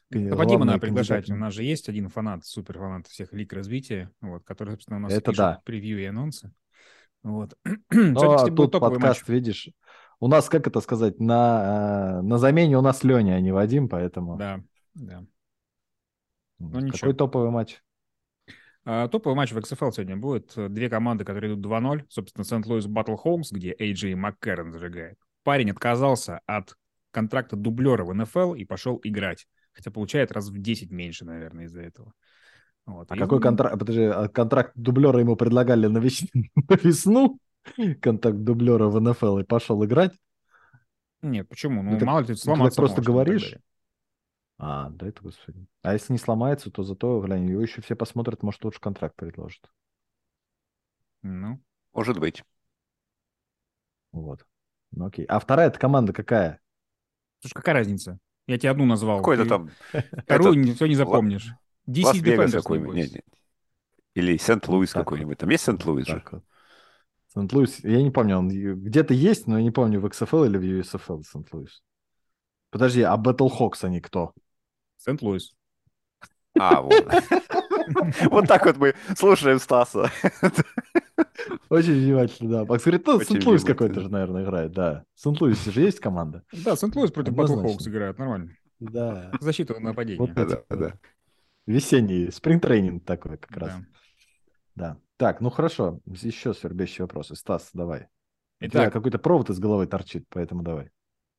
Вадима надо главные приглашать. У кандидаты. нас же есть один фанат, суперфанат всех лиг развития, вот, который, собственно, у нас Это пишет да. превью и анонсы. Вот. Ну, Сегодня, а кстати, будет тут топовый матч. подкаст, видишь, у нас, как это сказать, на замене у нас Леня, а не Вадим, поэтому... Да, да. Ну, Какой ничего. топовый матч? Топовый матч в XFL сегодня будет. Две команды, которые идут 2-0. Собственно, Сент-Луис Батл Холмс, где AJ Маккеррон зажигает. Парень отказался от контракта дублера в НФЛ и пошел играть. Хотя получает раз в 10 меньше, наверное, из-за этого. Вот. А И какой контракт? Подожди, а контракт дублера ему предлагали на весну? Контракт дублера в НФЛ и пошел играть? Нет, почему? Ну, Это, мало ли, ты это так сломаться просто можешь там и так говоришь? далее. А, да это, господи. А если не сломается, то зато, глянь, его еще все посмотрят, может, лучше контракт предложат. Ну, Может быть. Вот. Ну, окей. А вторая эта команда какая? слушай, какая разница? Я тебе одну назвал. Какой-то Ты там этот вторую все не запомнишь. DC Лас-Вегас Defenders, какой-нибудь. небось. Не. Или Вот Сент-Луис так вот. какой-нибудь. Там есть Вот Сент-Луис же? так вот. Сент-Луис, я не помню, он где-то есть, но я не помню, в XFL или в USFL Сент-Луис. Подожди, а Battlehawks они кто? Сент-Луис. А, вот. Вот так вот мы слушаем Стаса. Очень внимательно, да. Макс говорит, ну, Очень Сент-Луис какой-то внимательно. же, наверное, играет, да. В Сент-Луисе же есть команда? Да, Сент-Луис против Батл Хоукс Однозначно. играют. Нормально. Да. Защита нападения. Вот эти Да. весенний спринг-тренинг такой как раз. Да. Да. Так, ну хорошо. Еще свербящие вопросы. Стас, давай. У тебя Итак, какой-то провод из головы торчит, поэтому давай.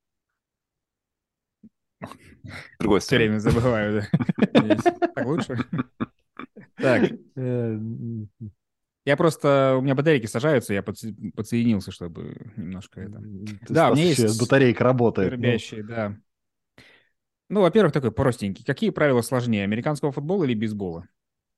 С другой все стороны. время забываю, да. Здесь. Так лучше? Так, я просто... У меня батарейки сажаются, я подсоединился, чтобы немножко это... Да, у Стас меня еще есть батарейка работает. Ну, свербящие, да. Ну, во-первых, такой простенький. Какие правила сложнее, американского футбола или бейсбола?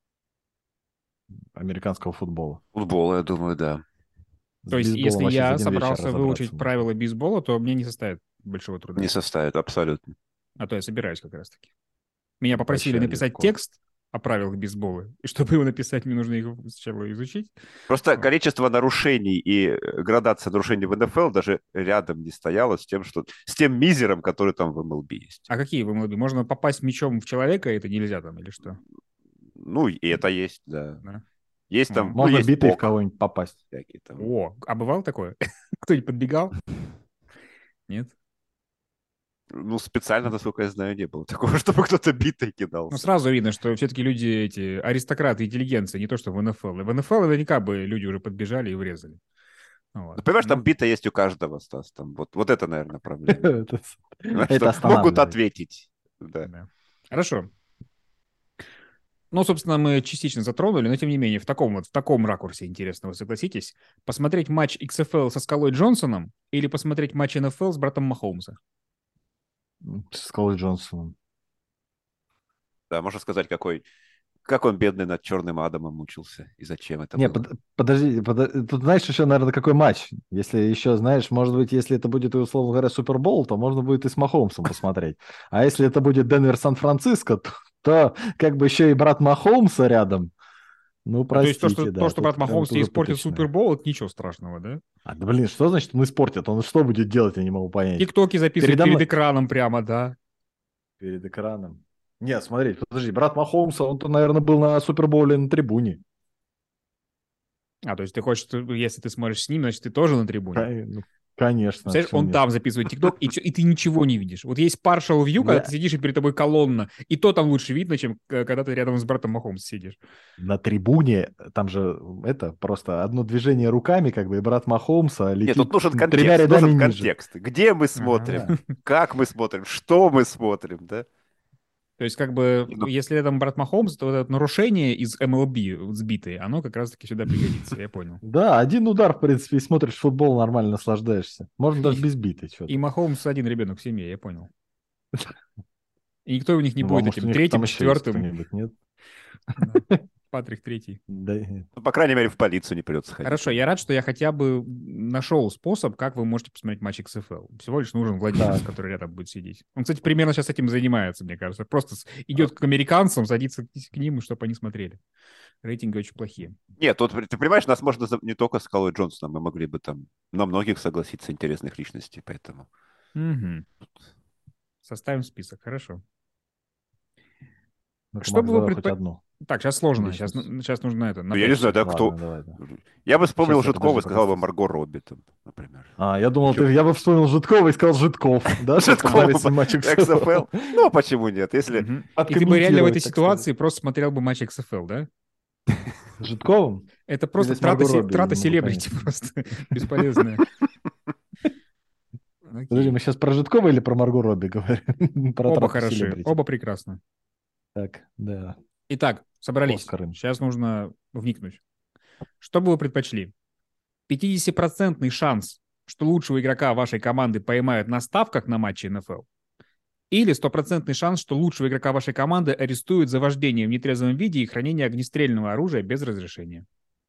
американского футбола. Футбол, я думаю, да. С То есть, если бейсболом вообще за я один вечер собрался разобраться выучить можно. правила бейсбола, то мне не составит большого труда. Не составит абсолютно. А то я собираюсь как раз-таки. Меня попросили Вообще написать легко. текст о правилах бейсбола. И чтобы его написать, мне нужно их сначала изучить. Просто Вот. количество нарушений и градация нарушений в НФЛ даже рядом не стояло с тем, что с тем мизером, который там в МЛБ есть. А какие в МЛБ? Можно попасть мячом в человека, это нельзя там, или что? Ну, и это есть, да. Да. Есть там, ну, Можно есть битой в бок кого-нибудь попасть. всякие там. О, а бывало такое? Кто-нибудь подбегал? Нет? Ну, специально, насколько я знаю, не было такого, чтобы кто-то битой Ну, кидался. сразу видно, что все-таки люди эти аристократы, интеллигенция, не то, что в НФЛ. И в НФЛ наверняка бы люди уже подбежали и врезали. Вот. Ну, понимаешь, там Ну, бита есть у каждого, Стас. Там, вот это, наверное, проблема. Это Понимаешь, это что могут останавливает. ответить. Да. да. Хорошо. Ну, собственно, мы частично затронули, но тем не менее, в таком ракурсе интересно, вы согласитесь, посмотреть матч XFL со Скалой Джонсоном или посмотреть матч НФЛ с братом Махоумса? С Скалой Джонсоном. Да, можно сказать, как он бедный над черным Адамом мучился и зачем это Не, было. подожди, тут знаешь еще, наверное, какой матч. Если еще, знаешь, может быть, если это будет, условно говоря, Супербол, то можно будет и с Махомсом посмотреть. А если это будет Денвер Сан-Франциско, то как бы еще и брат Махомса рядом. Ну, Ну, то есть простите, то, да, что брат тут прям Махомс это тебе уже испортит пыточное. Супербол, это ничего страшного, да? А, да блин, что значит он испортит? Он что будет делать, я не могу понять. Тиктоки записывает Передо перед мной... экраном прямо, да? Перед экраном. Нет, смотри, подожди, брат Махомса, он-то, наверное, был на Суперболе на трибуне. А, то есть ты хочешь, если ты смотришь с ним, значит, ты тоже на трибуне. Ну, конечно, Представляешь, почему он нет? там записывает ТикТок, и ты ничего не видишь. Вот есть partial view, когда ты сидишь, и перед тобой колонна, и то там лучше видно, чем когда ты рядом с братом Махомс сидишь. На трибуне, там же это просто одно движение руками, как бы, и брат Махомса Нет, летит тут нужен 3 контекст. рядами Нужен ниже. контекст. Где мы Ага. смотрим, как мы смотрим, что мы смотрим, да? То есть, как бы, Ну, если рядом брат Махомс, то вот это нарушение из MLB сбитое, оно как раз-таки сюда пригодится, я понял. Да, один удар, в принципе, и смотришь футбол, нормально наслаждаешься. Можно даже без биты И что-то. Махомс один ребенок в семье, я понял. И никто у них не Ну, а будет может, у этим них третьим, там еще есть четвертым. кто-нибудь, нет? Да. Патрик третий. Да, ну, по крайней мере, в полицию не придется ходить. Хорошо, я рад, что я хотя бы нашел способ, как вы можете посмотреть матч XFL. Всего лишь нужен владелец, Так. который рядом будет сидеть. Он, кстати, примерно сейчас этим занимается, мне кажется. Просто идет к американцам, садится к ним, чтобы они смотрели. Рейтинги очень плохие. Нет, тут, ты понимаешь, нас можно не только с Скалой Джонсоном, мы могли бы там на многих согласиться интересных личностей, поэтому... Угу. Составим список, хорошо. Ну-ка, Что Макс, бы вы давай хоть одну. Так, сейчас сложно. Сейчас, Личность. сейчас нужно это Ну, я не знаю, напрячься. да, Ладно, кто... давай, да. Я бы вспомнил Сейчас, Житкова и подожди, сказал бы подожди. Марго Робби, там, например. Я думал, Еще- я бы вспомнил Житкова и сказал Житков, да, чтобы Житкова, посмотреть с ним матч XFL. XFL. Ну, а почему нет? Если Мгм. И ты бы реально в этой Откомментировать, так сказать. ситуации просто смотрел бы матч XFL, да? С Житковым? Это Или просто с Марго Робби, я трата не могу селебрити понять. просто бесполезная. Подожди, Окей. мы сейчас про Житкова или про Марго Робби говорим? Про Оба трату хороши, селебрити. оба прекрасно. Так, да. Итак, собрались. Оскар им. Сейчас нужно вникнуть. Что бы вы предпочли? 50% шанс, что лучшего игрока вашей команды поймают на ставках на матче НФЛ? Или 100% шанс, что лучшего игрока вашей команды арестуют за вождение в нетрезвом виде и хранение огнестрельного оружия без разрешения?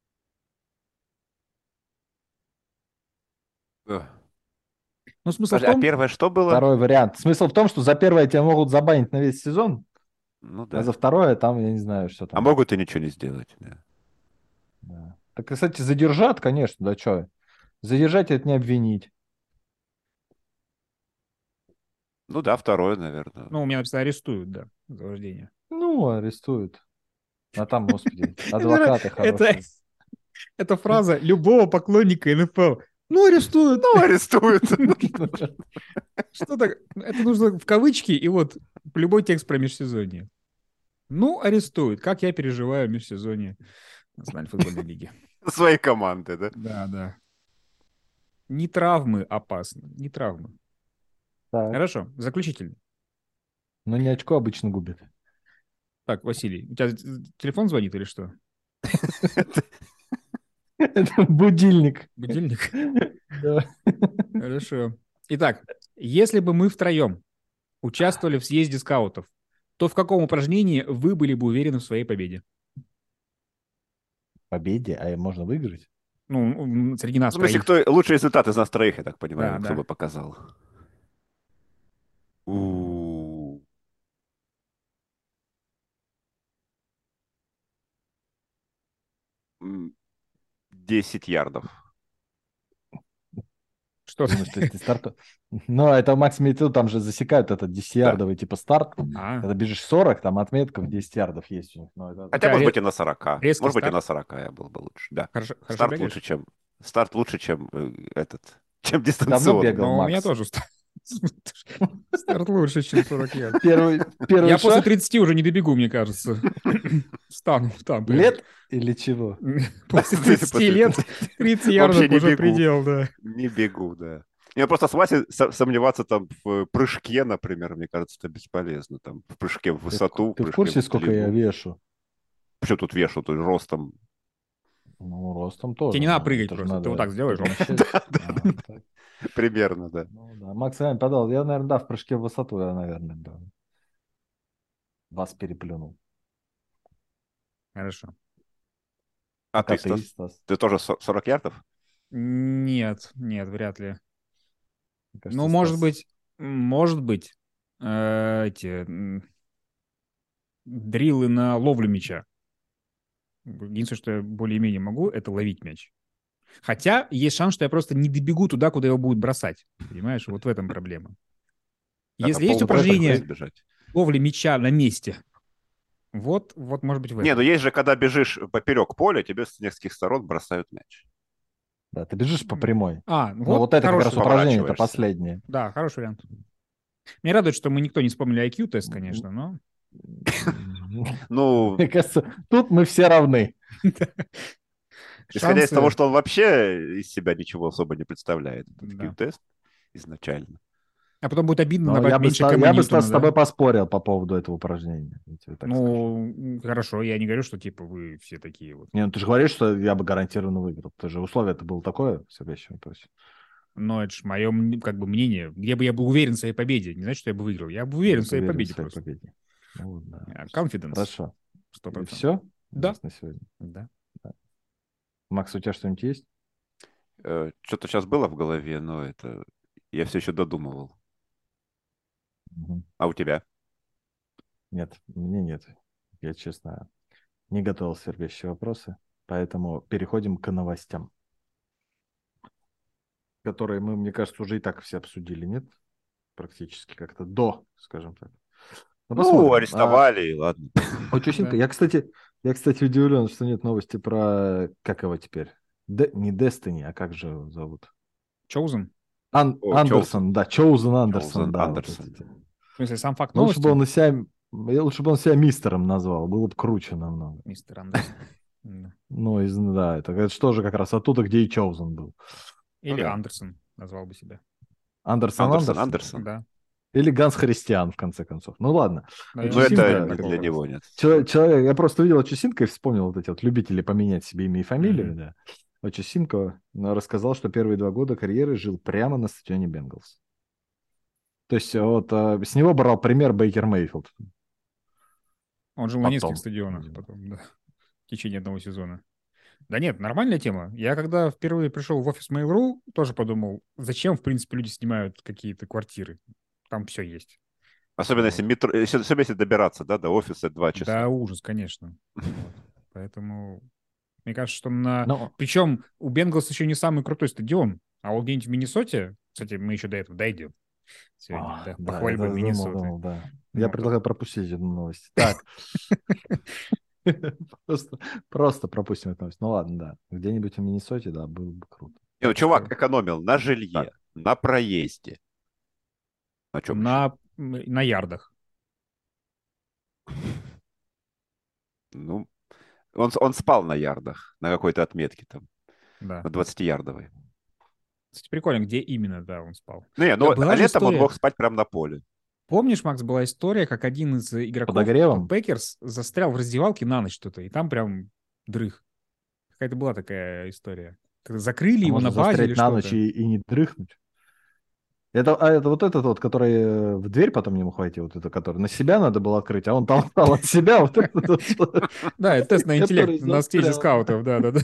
Ugh. Ну, смысл в Подожди, а том, первое что было? Второй вариант. Смысл в том, что за первое тебя могут забанить на весь сезон, Ну а за да. второе там, я не знаю, что А там. могут и ничего не сделать. Да. Да. Так, кстати, задержат, конечно, да что? Задержать — это не обвинить. Ну да, второе, наверное. ну, у меня написано арестуют, да, за вождение. Ну, арестуют. А там, господи, Это, адвокаты хорошие. это фраза любого поклонника НФЛ. Ну, арестуют. Ну, арестуют. Что так? Это нужно в кавычки и вот любой текст про межсезонье. Ну, арестуют. Как я переживаю межсезонье Национальной футбольной лиги. Своей команды, да? Да, да. Не травмы опасны, не травмы. Так. Хорошо, заключительный. Но не очко обычно губит. Так, Василий, у тебя телефон звонит или что? Это будильник. Будильник? Да. Хорошо. Итак, если бы мы втроем участвовали в съезде скаутов, то в каком упражнении вы были бы уверены в своей победе? Победе, а можно выиграть? Ну, среди В нас смысле, троих. кто лучший результат из нас троих, я так Да, понимаю, кто да. бы показал. У. М, 10 ярдов. Что? Думаешь, то есть ты старт... Ну, это Макс имеет в виду, там же засекают этот 10-ярдовый типа старт. А, Когда бежишь 40, там отметка в 10 ярдов есть у них. Но это... Хотя, тебя может быть, и на 40. резкий Может быть, и на старт? 40 я был бы лучше. Да. Хорошо, хорошо Старт бегаешь? лучше, чем... Старт лучше, чем чем Давно дистанционный. бегал, Но у меня Макс. тоже старт лучше, чем 40 ярдов. Первый Я после шаг 30 уже не добегу, мне кажется. Встану там. прям. лет или чего? После 30 лет 30 ярдов Вообще не уже бегу. предел, да. Не бегу, да. Не, просто с Васей сомневаться там в прыжке, например, мне кажется, это бесполезно. Там в прыжке в высоту, Ты в прыжке курсе, в сколько я длину. вешу? Что тут вешу? Тут ростом. Ну, ростом тоже. Тебе не надо но прыгать это же просто. Ты вот надо так сделаешь. перемещать. Так. Примерно, да. Ну, да. Макс реально подал. Я, наверное, да, в прыжке в высоту, я, наверное, да. Вас переплюнул. Хорошо. А Так, а ты, ты, Стас? Стас? Ты тоже 40 ярдов? Нет, вряд ли. Мне Ну, кажется, Стас... может быть, эти дриллы на ловлю мяча. Единственное, что я более-менее могу, это ловить мяч. Хотя есть шанс, что я просто не добегу туда, куда его будут бросать. Понимаешь, вот в этом проблема. Да, там Если есть полный Вот это упражнение бежать. ловли мяча на месте, вот может быть в Не, ну этом. есть же, когда бежишь поперек поля, тебе с нескольких сторон бросают мяч. Да, ты бежишь по прямой. Ну Ну, вот это как раз хороший, упражнение, это Поворачиваешься. последнее. да, хороший вариант. Меня радует, что мы никто не вспомнили IQ-тест, конечно, но... Ну, Мне кажется, тут мы все равны. исходя из того, Шансы... что он вообще из себя ничего особо не представляет, этот Да. Q-тест изначально. А потом будет обидно Но набрать меньше Кэма я бы Ньютона, с да? тобой поспорил по поводу этого упражнения. Я тебе так скажу. Ну, хорошо, я не говорю, что типа вы все такие вот. Не, ну ты же говоришь, что я бы гарантированно выиграл. Ты же условие-то было такое, Сергей, то есть Но это же мое как бы мнение. Где бы я был уверен в своей победе. Не значит, что я бы выиграл. Я бы уверен в своей уверен в победе своей просто. победе. Ну, да. Confidence. Хорошо. 100%. И все? Да. На сегодня. Да. Макс, у тебя что-нибудь есть? Что-то сейчас было в голове, но это я все еще додумывал. Мгм. А у тебя? Нет, мне нет. Я, честно, не готовил свербящие вопросы, поэтому переходим к новостям, которые мы, мне кажется, уже и так все обсудили, нет? Практически как-то до, скажем так. Ну, Ну, посмотрим. арестовали, и ладно. Чусинка. Да. Я, кстати, удивлен, что нет новости про... Как его теперь? Не Destiny, а как же его зовут? Chosen. О, Чоузен. Андерсон, да, Чоузен Андерсон, Чоузен да, вот Андерсон. эти. В смысле, сам факт Но новости? лучше бы он себя мистером назвал, было бы круче намного. Мистер Андерсон. Да. Ну, да, это что же как раз оттуда, где и Чоузен был. Ну Или да. Андерсон назвал бы себя. Андерсон, Андерсон. Андерсон. Да. Или Ганс Христиан, в конце концов. Ну, ладно. Наверное, Ну, это Чусинка, не такого для просто. него, нет. человек, я просто увидел Чусинка и вспомнил вот эти вот любители поменять себе имя и фамилию, Мгм. да. Чусинко рассказал, что первые 2 года карьеры жил прямо на стадионе Бенгалс. То есть вот с него брал пример Бейкер Мейфилд. Он жил на нескольких Потом. стадионах потом, да, в течение одного сезона. Да нет, нормальная тема. Я когда впервые пришел в офис Mail.ru, тоже подумал, зачем, в принципе, люди снимают какие-то квартиры. Там все есть. Особенно если Вот. метро, особенно если добираться, да, до офиса 2 часа. Да, ужас, конечно. Вот. Поэтому мне кажется, что на... Ну, Причем у Бенгалс еще не самый крутой стадион, а вот где-нибудь в Миннесоте, кстати, мы еще до этого дойдем сегодня, да, да, я похвальбы Миннесоты. да. Я Вот. предлагаю пропустить эту новость. Так, просто, просто пропустим эту новость. Ну ладно, да. Где-нибудь в Миннесоте, да, было бы круто. Не, ну, Так что чувак экономил на Так, жилье, на проезде. На чем еще? на ярдах, Ну, он спал на ярдах, на какой-то отметке там, да. на 20-ярдовой. Кстати, прикольно, где именно, да, он спал. Ну, не, Да, ну, а была же летом он история. мог спать прямо на поле. Помнишь, Макс, была история, как один из под игроков огревом? Пекерс застрял в раздевалке на ночь что-то, и там прям дрых. Какая-то была такая история. Когда закрыли А его на можно базе или застрять на ночь что-то. и не дрыхнуть? Это вот этот вот, который в дверь потом не мог войти, вот это, который на себя надо было открыть, а он толкал от себя вот этот вот человек, Да, это тест на интеллект который на стеже застрял. скаутов, да-да-да.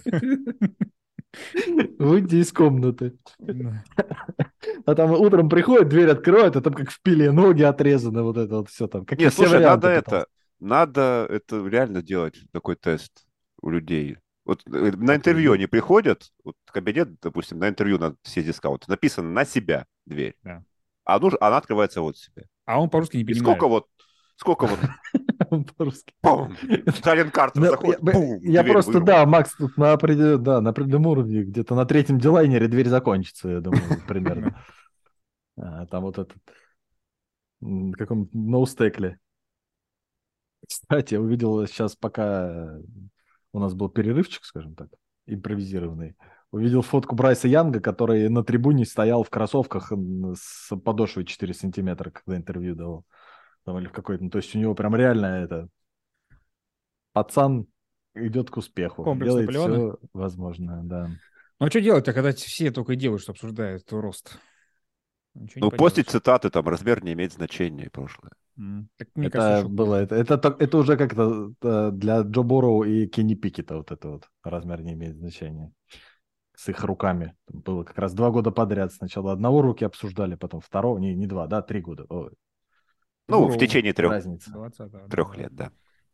Выйди из комнаты. Да. А там утром приходит, дверь открывает, а там как в пиле ноги отрезаны, вот это вот все там. Какие Не, все слушай, варианты пытался. надо это реально делать, такой тест у людей. Вот на Как у интервью людей. они приходят, вот в кабинет, допустим, на интервью на съезде скаута, написано на себя дверь, Да. она открывается вот себе. А он по-русски не И понимает. сколько вот, По-русски. бум, Джален Картер Ну, заходит, бум, я дверь просто, вырвал. да, Макс, тут на определенном уровне, где-то на третьем дилайнере дверь закончится, я думаю, примерно. Да. Там вот этот, каком ноустекле. Кстати, я увидел сейчас, пока у нас был перерывчик, скажем так, импровизированный, увидел фотку Брайса Янга, который на трибуне стоял в кроссовках с подошвой 4 сантиметра, когда интервью давал. Там, или в какой-то, ну, то есть у него прям реально это пацан идет к успеху, Комплекс делает Наполеона. все возможное, да. Ну а что делать-то, когда все только и делают, что обсуждают рост? Ничего не Ну, постить поделаешь. цитаты, там, размер не имеет значения и прошлое. Так мне кажется, Это еще было, хуже. это уже как-то для Джо Борроу и Кенни Пикета вот это вот размер не имеет значения. С их руками. Было как раз 2 года подряд. Сначала одного руки обсуждали, потом второго. Не 2, да, 3 года. Ой, Ну, в Буру течение разница. 20-го, трех да. лет, да.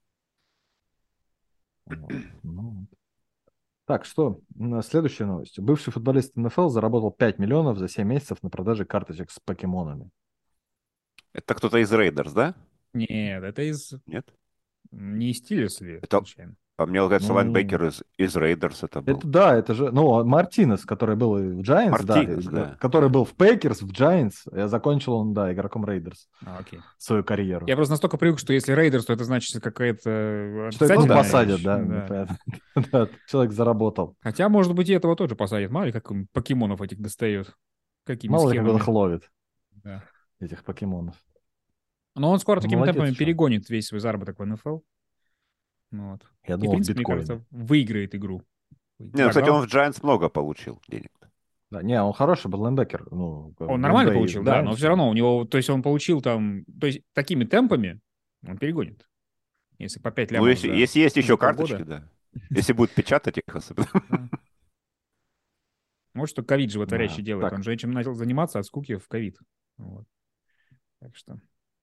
Вот. Ну, так, что? Следующая новость. Бывший футболист НФЛ заработал 5 миллионов за 7 месяцев на продаже карточек с покемонами. Это кто-то из Рейдерс, да? Нет, это Нет? не из Стиллерс ли, Это, случайно? по мне, кажется, Ну, лайнбекер из Рейдерс это был. это да, это же, ну, Мартинес, который был и в Giants, да, Мартинес, да. который был в Пейкерс, в Giants, закончил он, да, игроком Рейдерс Окей. свою карьеру. Я просто настолько привык, что если Рейдерс, то это значит какая-то Что это, ну, отрицательная посадят, вещь. да, ну, Да. понятно. Да, человек заработал. Хотя, может быть, и этого тоже посадят. Мало ли, как он покемонов этих достает. Какими Мало ли, как он их схемами. ловит, Да. этих покемонов. Но он скоро Ну, такими молодец, темпами что. перегонит весь свой заработок в НФЛ. Ну вот. Я И, в думал, в принципе, мне биткоины. кажется, выиграет игру. Не, ну, кстати, Программ. он в Giants много получил денег. Да, не, он хороший был лайнбекер. Ну, Он в нормально Грин-Бэй и в получил, да, но Giants. все равно у него, то есть он получил там, то есть такими темпами он перегонит. Если по 5 Ну, лямов если есть еще за карточки, полгода. да. Если будут печатать их особенно. Да. Может, что ковид животворящий делает. Так, Он же этим начал заниматься от скуки в ковид. Вот. Так что.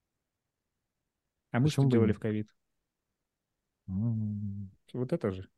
А мы что почему бы делали нет? в ковид? М, Вот это же.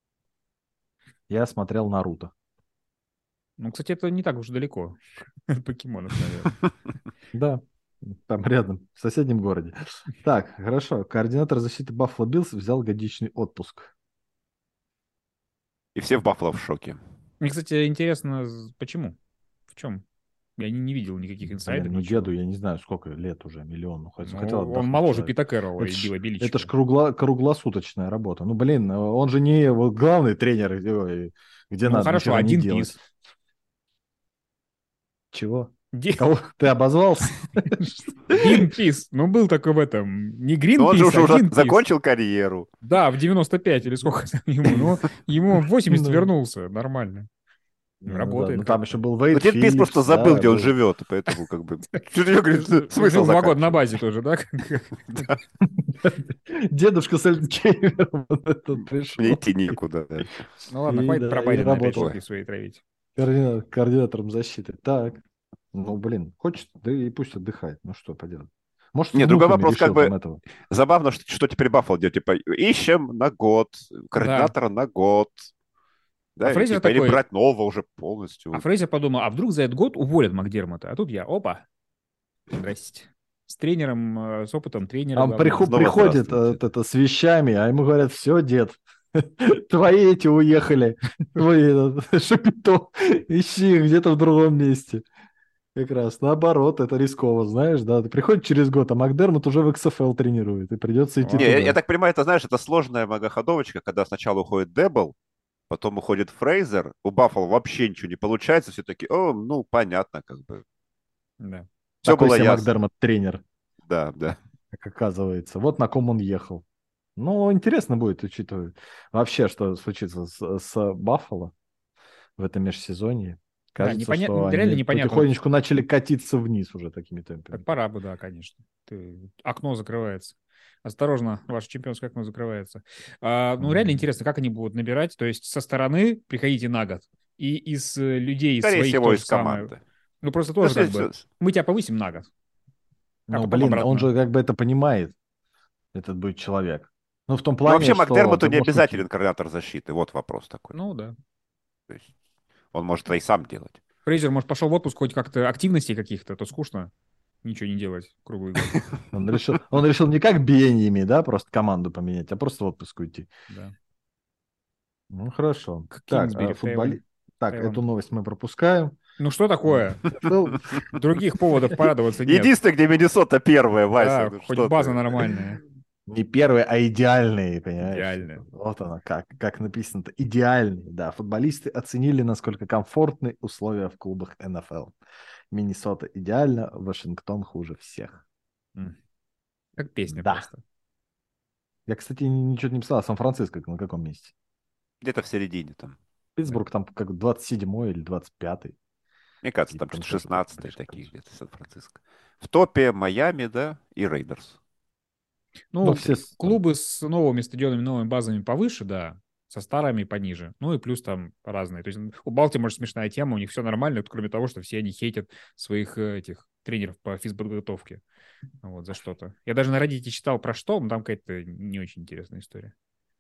Я смотрел Наруто. Ну, кстати, это не так уж далеко от покемонов, наверное. Да. Там рядом, в соседнем городе. Так, хорошо. Координатор защиты Баффало Биллс взял годичный отпуск. И все в Баффало в шоке. Мне, кстати, интересно, почему? В чем? Я не видел никаких инсайдов, Блин, ну ничего. деду, я не знаю, сколько лет уже, миллион. Ну, хотел Ну, он отдохнуть моложе человек. Пита Кэрролла и Билла Это ж Беличика. круглосуточная работа. Ну, блин, он же не вот главный тренер, где Ну, надо хорошо, ничего не один делать. пис. Чего? Ди- Кого? Ты обозвался? Гринпис. Ну, был такой в этом. Не Но он же Гринпис, а уже Гринпис. закончил карьеру. Да, в 95 или сколько там ему. Ну, ему в 80 Ну, вернулся. Нормально. ну да, Работает ну там еще как-то. был Но Вейд Дин Пис просто Филлипс, забыл, да, где он был. живет, поэтому как бы... Что-то я говорю, смысл Жил 2 года на заканчивать. базе тоже, да? Дедушка с Альцгеймером вот этот Мне пришел идти некуда. Да. Ну ладно, и, хватит да, про и Байдена опять работал шутки свои травить. координатором защиты. Так, ну блин, хочет, да и пусть отдыхает. Ну что поделать. Может, с Не, другой внуками вопрос, как решил там бы, этого. забавно, что теперь Баффало делает. Типа, ищем на год, Да. координатора на год. А Да, или, Фрейзер типа, или такой, брать нового уже а полностью. Фрейзер подумал, а вдруг за этот год уволят Макдермота? А тут я, опа, здрасте. С тренером, с опытом тренера А он главного. Снова приходит здравствуйте. с вещами, а ему говорят, все, дед, твои эти уехали, твои шапито, ищи их где-то в другом месте. Как раз наоборот, это рисково, знаешь, да. Ты приходишь через год, а Макдермот уже в XFL тренирует, и придется идти Не, Вот. я туда. так понимаю, это, знаешь, это сложная многоходовочка, когда сначала уходит Дебл, потом уходит Фрейзер, у Баффало вообще ничего не получается, все таки о, ну, понятно, как бы. Да. Все Такой было себе ясно. Макдермот тренер, Да, да. как оказывается. Вот на ком он ехал. Ну, интересно будет, учитывая вообще, что случится с Баффало в этом межсезонье. Да, Кажется, что реально они непонятно. Вот потихонечку начали катиться вниз уже такими так темпами. пора бы, да, конечно. Окно закрывается. Осторожно, ваше чемпионское окно закрывается. Ну, реально интересно, как они будут набирать. То есть со стороны приходите на год. И из людей Скорее своих всего, то же из самое. команды. Ну, просто Да, тоже как бы мы тебя повысим на год, а Ну, потом блин, он обратно. же как бы это понимает, этот будет человек. Ну, в том Ну, плане, вообще, что Макдермоту ты не можешь обязателен уйти. координатор защиты. Вот вопрос такой. Ну, да. То есть он может это и сам делать. Фрейзер, может, пошел в отпуск хоть как-то активностей каких-то, то скучно ничего не делать круглый год. Он решил не как Биеньями, да, просто команду поменять, а просто в отпуск уйти. Да. Ну, хорошо. К Так, Кингсбери в Так, эту Таиланд. новость мы пропускаем. Ну, что такое? НФЛ Других поводов порадоваться нет. Единственное, где Миннесота первая, Вася. Да, Ну хоть что база ты? нормальная. не первые, а идеальные, понимаешь? Идеальная. Вот оно, как написано-то. Идеальные, да. Футболисты оценили, насколько комфортны условия в клубах НФЛ. Миннесота идеально, Вашингтон хуже всех. Как песня Да. просто. Я, кстати, ничего не писал. Сан-Франциско на каком месте? Где-то в середине там. Питтсбург там как 27-й или 25-й. Мне кажется, И там там что-то тоже так 16 ближе к таких концу. где-то Сан-Франциско. В топе Майами, да, и Рейдерс. Ну, Ну, все там. клубы с новыми стадионами, новыми базами повыше, да, со старыми пониже. Ну и плюс там разные. То есть у Балтимора смешная тема, у них все нормально, кроме того, что все они хейтят своих этих тренеров по физподготовке. Вот, за что-то. Я даже на Reddit читал про что, но там какая-то не очень интересная история.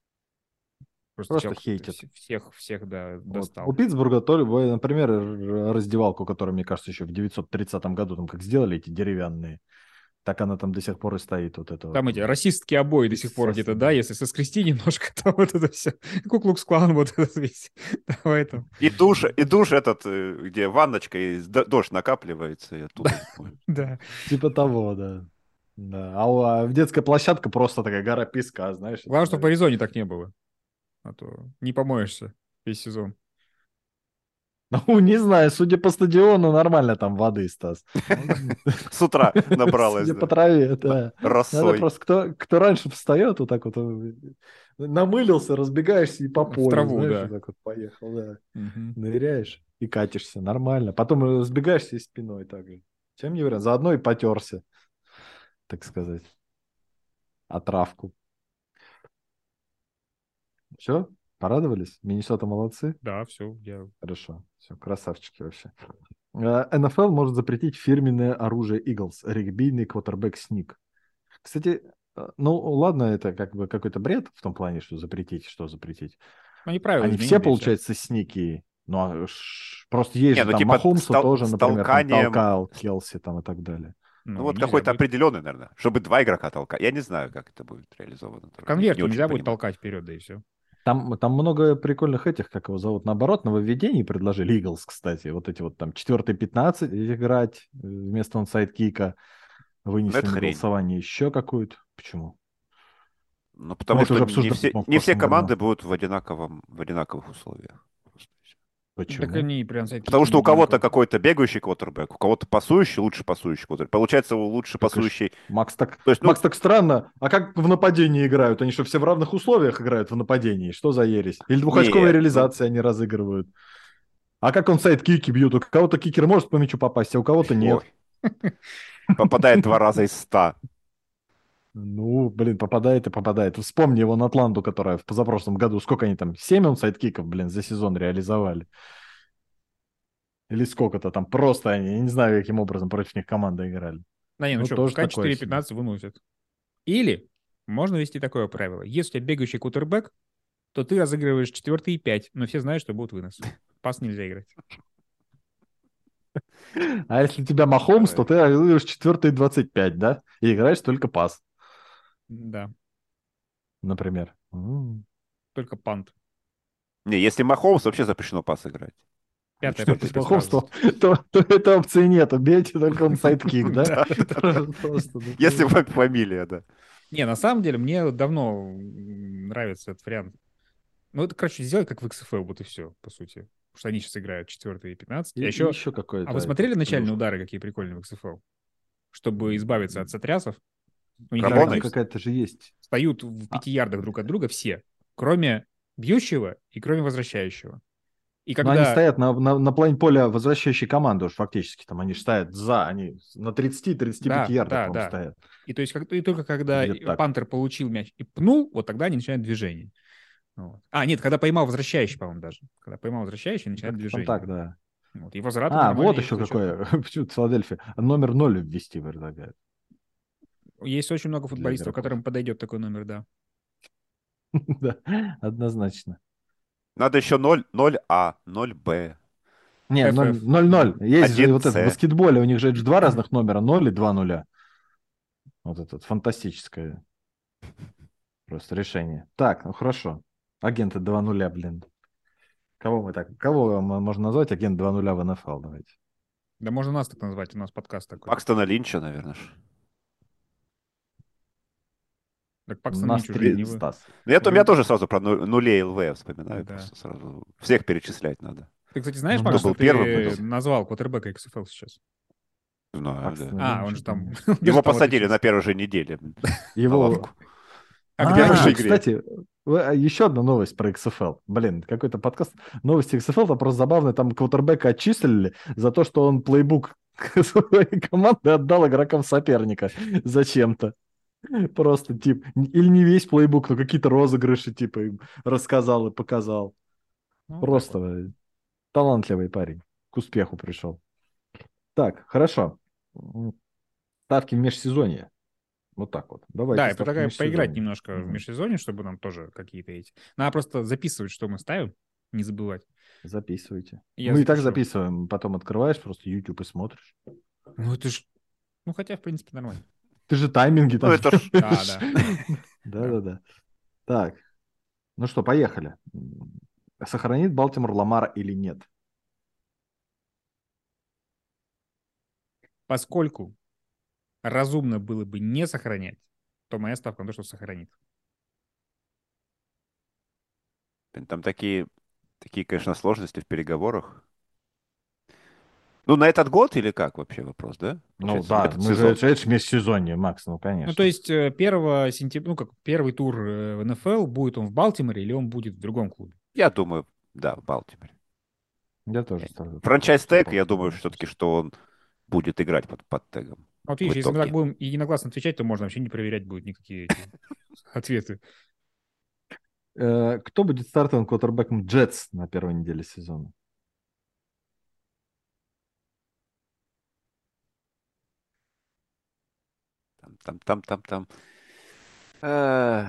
Просто Просто человек хейтят. всех, да, Вот. достал. У Питтсбурга, то ли, например, раздевалку, которую, мне кажется, еще в 930 году там как сделали эти деревянные, так она там до сих пор и стоит. Вот это Там вот. эти расистские обои до сих пор где-то, да, если соскрести немножко, то вот это все. Куклукс-клан вот этот весь. Давай там. И душ этот, где ванночка, и дождь накапливается, и оттуда. Да. Типа того, да. Да. А детская площадка просто такая гора песка, знаешь. Главное, чтобы в Аризоне так не было. А то не помоешься весь сезон. Ну, не знаю, судя по стадиону, нормально там воды, Стас. С утра набралось, Судя по да, траве, да. Надо росой. просто, кто раньше встает, вот так вот намылился, разбегаешься и по В полю, траву, знаешь, вот да. так вот поехал, да. Мгм. Ныряешь и катишься, нормально. Потом разбегаешься и спиной также. Чем не вариант? Заодно и потерся, так сказать, о травку. Все? Порадовались? Миннесота молодцы? Да, все, я... Хорошо. Все, красавчики вообще. НФЛ может запретить фирменное оружие Eagles, регбийный квотербек-сник. Кстати, ну ладно, это как бы какой-то бред в том плане, что запретить, что запретить. Они правила Они все, изменили, и все. получается, сники. Ну, просто есть Не, же ну там типа Махомсу тоже, с например, там толканием, толкал Келси там и так далее. Ну, Ну, вот нельзя какой-то будет. определенный, наверное, чтобы 2 игрока толкать. Я не знаю, как это будет реализовано. В Тоже. Не конверте очень нельзя будет понимаю. толкать вперед, да и все. Там много прикольных этих, как его зовут, наоборот, нововведений предложили. Eagles, кстати. Вот эти вот там 4-15 играть вместо онсайд-кика. Ну, Вынесли это на хрень. голосование еще какую-то. Почему? Ну, Мы потому это что уже не обсуждали, все, по-моему, в не все прошлом команды году. будут в одинаковых условиях. Так Почему? они при ансайд-кике Потому что у кого-то одинаково. какой-то бегающий квотербек, у кого-то пасующий, лучше пасующий квотербек. Получается, у лучше Так и пасующий... Макс так, То есть, ну, Макс так странно. А как в нападении играют? Они что, все в равных условиях играют в нападении? Что за ересь? Или двухочковые нет, ну, реализации они разыгрывают? А как он сайд-кики бьют? У кого-то кикер может по мячу попасть, а у кого-то нет. ой, попадает 2 раза из 100. Ну, блин, попадает и попадает. Вспомни его на Атланту, которая в позапрошлом году, сколько они там, 7 он сайдкиков, блин, за сезон реализовали. Или сколько-то там, просто они, я не знаю, каким образом против них команда играли. Да не, ну Ну, что, тоже пускай такое себе. 4-15 выносят. Или можно ввести такое правило. Если у тебя бегающий кутербэк, то ты разыгрываешь 4 и 5, но все знают, что будут выносы. Пас нельзя играть. А если у тебя Махомс, то Ой. ты разыгрываешь 4 и 25, да? И играешь только пас, Да, например. только пант. Не, если Махоумс, вообще запрещено пас играть. На Пятая Если 4 попытка Махомс, сразу. то этой опции нет. Бейте только он сайдкик, да? Да. Просто, ну, Если фамилия, да. Не, на самом деле, мне давно нравится этот вариант. Ну, это, короче, сделать как в XFL, вот и все, по сути. Потому что они сейчас играют 4 и 15. И А еще... еще А какой-то вы смотрели этот начальные плюшка. удары, какие прикольные в XFL? Чтобы избавиться от сотрясов. У них Так, игроки Рамоны? там какая-то же есть. встают в А, 5 ярдах друг от друга все, кроме бьющего и кроме возвращающего. И Но они когда... стоят на плане поля возвращающей команды уж фактически. Там они ж стоят за, они на 30-35 Да, ярдах, да, по-моему, да. стоят. И то есть и только когда Где-то так. пантер получил мяч и пнул, вот тогда они начинают движение. Вот. А, нет, когда поймал возвращающий, по-моему, даже. Когда поймал возвращающий, начинает Как-то там движение. так, да. Вот. И возвраты А, вот нормальные, еще все четко. какое. Почему-то Филадельфия. Номер 0 ввести предлагают Есть очень много для футболистов, игроков. которым подойдет такой номер, да. Да, однозначно. Надо еще 0А, 0Б, Не, FF, 0-0. да. Есть же вот это в 1С. баскетболе, у них же это ж два разных номера, 0 и 2 нуля. Вот это фантастическое просто решение. Так, ну хорошо. Агенты 2 нуля, блин. Кого можно назвать агент 2 нуля в НФЛ? Давайте. Да можно нас так назвать, у нас подкаст такой. Пакстона Линча, наверное. Так Пакстон Нас Линч уже три, не вы. Стас. Я тоже сразу про нулей ЛВ вспоминаю. Да. Просто сразу. Всех перечислять надо. Ты, кстати, знаешь, Ну Макс, Кто да. что был первым, ты кто... назвал квотербека XFL сейчас? Знаю, да. Пакстона А, он Линча, же там по-моему. даже Его того посадили на отличился. первой же неделе на Его... лавку. А где первой же они? игре. Кстати, еще одна новость про XFL. Блин, какой-то подкаст. Новости XFL, там просто забавно. Там квотербека отчислили за то, что он плейбук своей команды отдал игрокам соперника зачем-то. Просто, тип, или не весь плейбук, но какие-то розыгрыши, типа, им рассказал и показал. Ну, вот так вот. Просто талантливый парень. К успеху пришел. Так, хорошо. Ставки в межсезонье. Вот так вот. Да, Давайте я ставки в предлагаю поиграть межсезонье. немножко в Мгм. межсезонье, чтобы нам тоже какие-то эти... Надо просто записывать, что мы ставим, не забывать. Записывайте. Я Мы и так запишу. записываем. Потом открываешь просто YouTube и смотришь. Ну, это ж... Ну, хотя, в принципе, нормально. Ты же тайминги Ну, там это ж... Да, делаешь. да. Да. Да-да-да. Так, ну что, поехали. Сохранит Балтимор Ламара или нет? Поскольку разумно было бы не сохранять, то моя ставка на то, что сохранит. Там такие, конечно, сложности в переговорах. Ну, на этот год или как вообще вопрос, да? Ну Получается, да, этот мы же сезон. это ж межсезонье, Макс, ну Ну, то конечно. есть 1 сентября, ну, как первый тур в НФЛ, будет он в Балтиморе или он будет в другом клубе? Я думаю, да, в Балтиморе. Я тоже ставлю такой, Франчайз что тег, я Балтимор думаю, все-таки, межсезонье. что он будет играть под тегом Вот в видишь, если мы так итоге. будем единогласно отвечать, то можно вообще не проверять будет никакие эти ответы. Кто будет стартовым квотербеком Джетс на первой неделе сезона? Там. Э,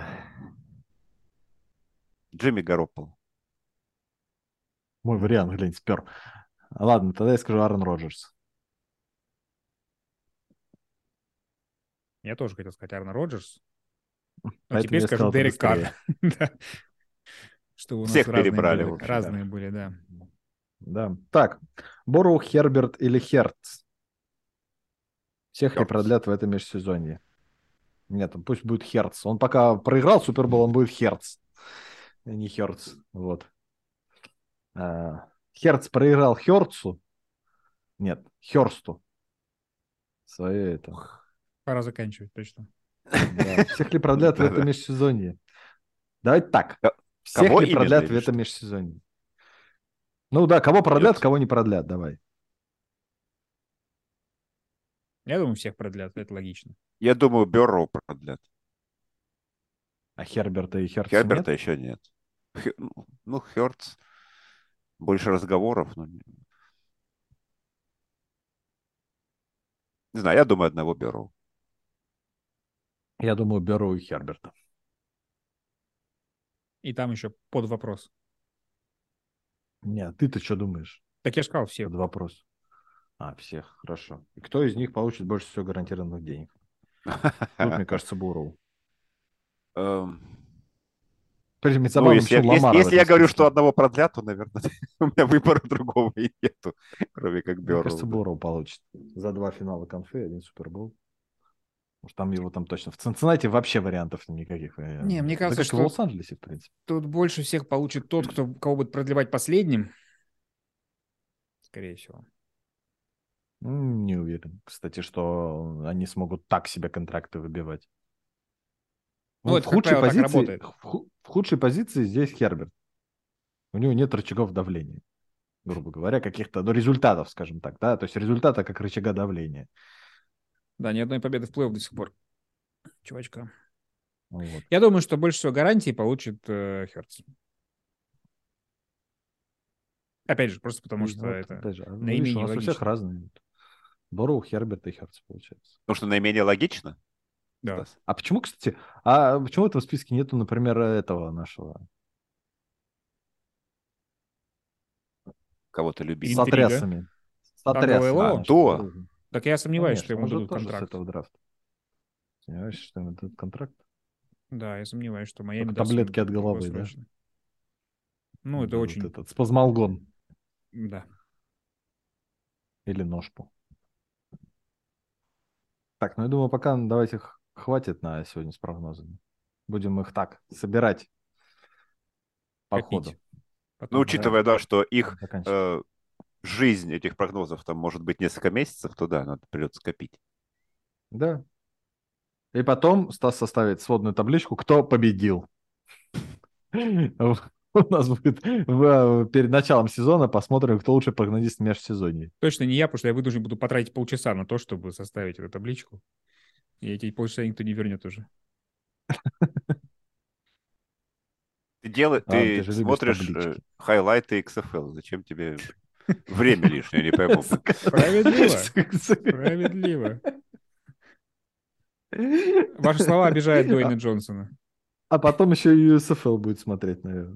Джимми Гароppolo. Мой вариант, глянь, спер. Ладно, тогда я скажу Аарон Роджерс. Я тоже хотел сказать Аарон Роджерс. Но Поэтому теперь я скажу сказал это Дерек Карр. быстрее. Да. Что у нас Всех разные перебрали, в были. общем, Разные были, да. Да. Так, Борроу, Херберт или Херц? Всех ли Хёртс. продлят в этом межсезонье? Нет, пусть будет Херц. Он пока проиграл Супербол, он будет Херц. Не Херц. Вот. Херц проиграл Херцу. Нет, Херсту. Свое это. Пора заканчивать, точно. Да. Всех ли продлят в этом Да-да. межсезонье? Давайте так. Ко- Всех Кого ли именно продлят в или этом что? межсезонье? Ну да, кого продлят, Нет. кого не продлят. Давай. Я думаю, всех продлят, это логично. Я думаю, Берроу продлят. А Херберта и Херца нет? Херберта еще нет. Ну, Хёртс. Больше разговоров. Не знаю, я думаю, одного Берроу. Я думаю, Берроу и Херберта. И там еще под вопрос. Нет, ты-то что думаешь? Так я же сказал всех. Под вопрос. Всех, хорошо. И кто из них получит больше всего гарантированных денег? Тут, мне кажется, Бурроу. Эм, Причем Ну, забавно, почему Ламара в если я этом говорю, списке. что одного продлят, то, наверное, у меня выбора другого и нету, кроме как Мне кажется, Берроу. Да. Бурроу получит. За 2 финала конфы, 1 Супербол. Может, там его там точно. В Цинциннати вообще вариантов никаких. Не, мне Нет. кажется, Да как и в что Лос-Анджелесе, в принципе. тут больше всех получит тот, кого будет продлевать последним. Скорее всего. Не уверен, кстати, что они смогут так себе контракты выбивать. Ну, это, как правило, так работает. В худшей позиции здесь Херберт. У него нет рычагов давления, грубо говоря, каких-то результатов, скажем так, да, то есть результата как рычага давления. Да, ни одной победы в плей-офф до сих пор. Чувачка. Вот. Я думаю, что больше всего гарантий получит Хёртс. Опять же, просто потому что это Опять же, видишь, у наименее нас у всех логично. разные. Борроу, Херберт и Херц получается. Потому что наименее логично. Да. Стас? А почему, кстати, почему в этом списке нету, например, этого нашего Кого-то любить. с Интрига. сотрясами? С сотрясами Таговайлоу? нашего Дуа? друга. Так я сомневаюсь, что Конечно, ему он же дадут тоже с контракт. этого драфта. Сомневаюсь, что ему дадут контракт. Да, я сомневаюсь, что Майами Только даст ему таблетки от головы, да? долгосрочно. Ну, это Дадут очень... этот спазмалгон Да. или ножпу. Так, ну я думаю, пока давайте хватит на сегодня с прогнозами. Будем их так собирать по Копить. ходу. Потом. Ну, учитывая, да, что их Заканчивать. жизнь этих прогнозов там может быть несколько месяцев, то да, надо придется копить. Да. И потом Стас составит сводную табличку, кто победил. У нас будет перед началом сезона посмотрим, кто лучший прогнозист в межсезонье. Точно не я, потому что я вынужден буду потратить полчаса на то, чтобы составить эту табличку. И эти полчаса никто не вернет уже. Ты Ты же любишь смотришь таблички. хайлайты XFL. Зачем тебе время лишнее, я не пойму. Справедливо. Справедливо. Ваши слова обижают Дуэйна Джонсона. А потом еще и USFL будет смотреть, наверное.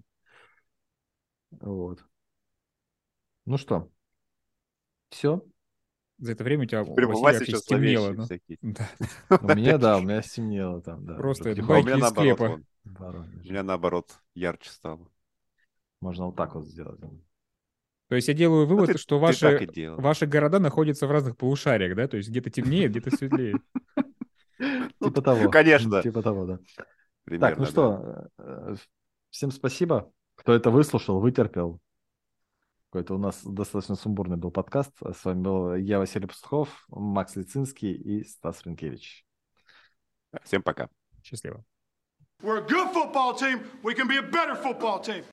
Вот. Ну что, все? За это время у тебя, Теперь у Василий, вас вообще еще стемнело. зловещие Ну. всякие. Да. У меня, да, у меня стемнело там, да. Просто уже А у байки меня из наоборот, склепа. вон. У Воронеж. меня наоборот ярче стало. Можно вот так вот сделать. То есть я делаю Ну, вывод, что ты так и делал. ваши города находятся в разных полушариях, да? То есть где-то темнее, где-то светлее. Типа того. Конечно. Типа того, да. Так, ну Примерно, да. что, всем спасибо, кто это выслушал, вытерпел. Какой-то у нас достаточно сумбурный был подкаст. С вами был я, Василий Пастухов, Макс Лицинский и Стас Ренкевич. Всем пока. Счастливо. We're a good football team. We can be a better football team.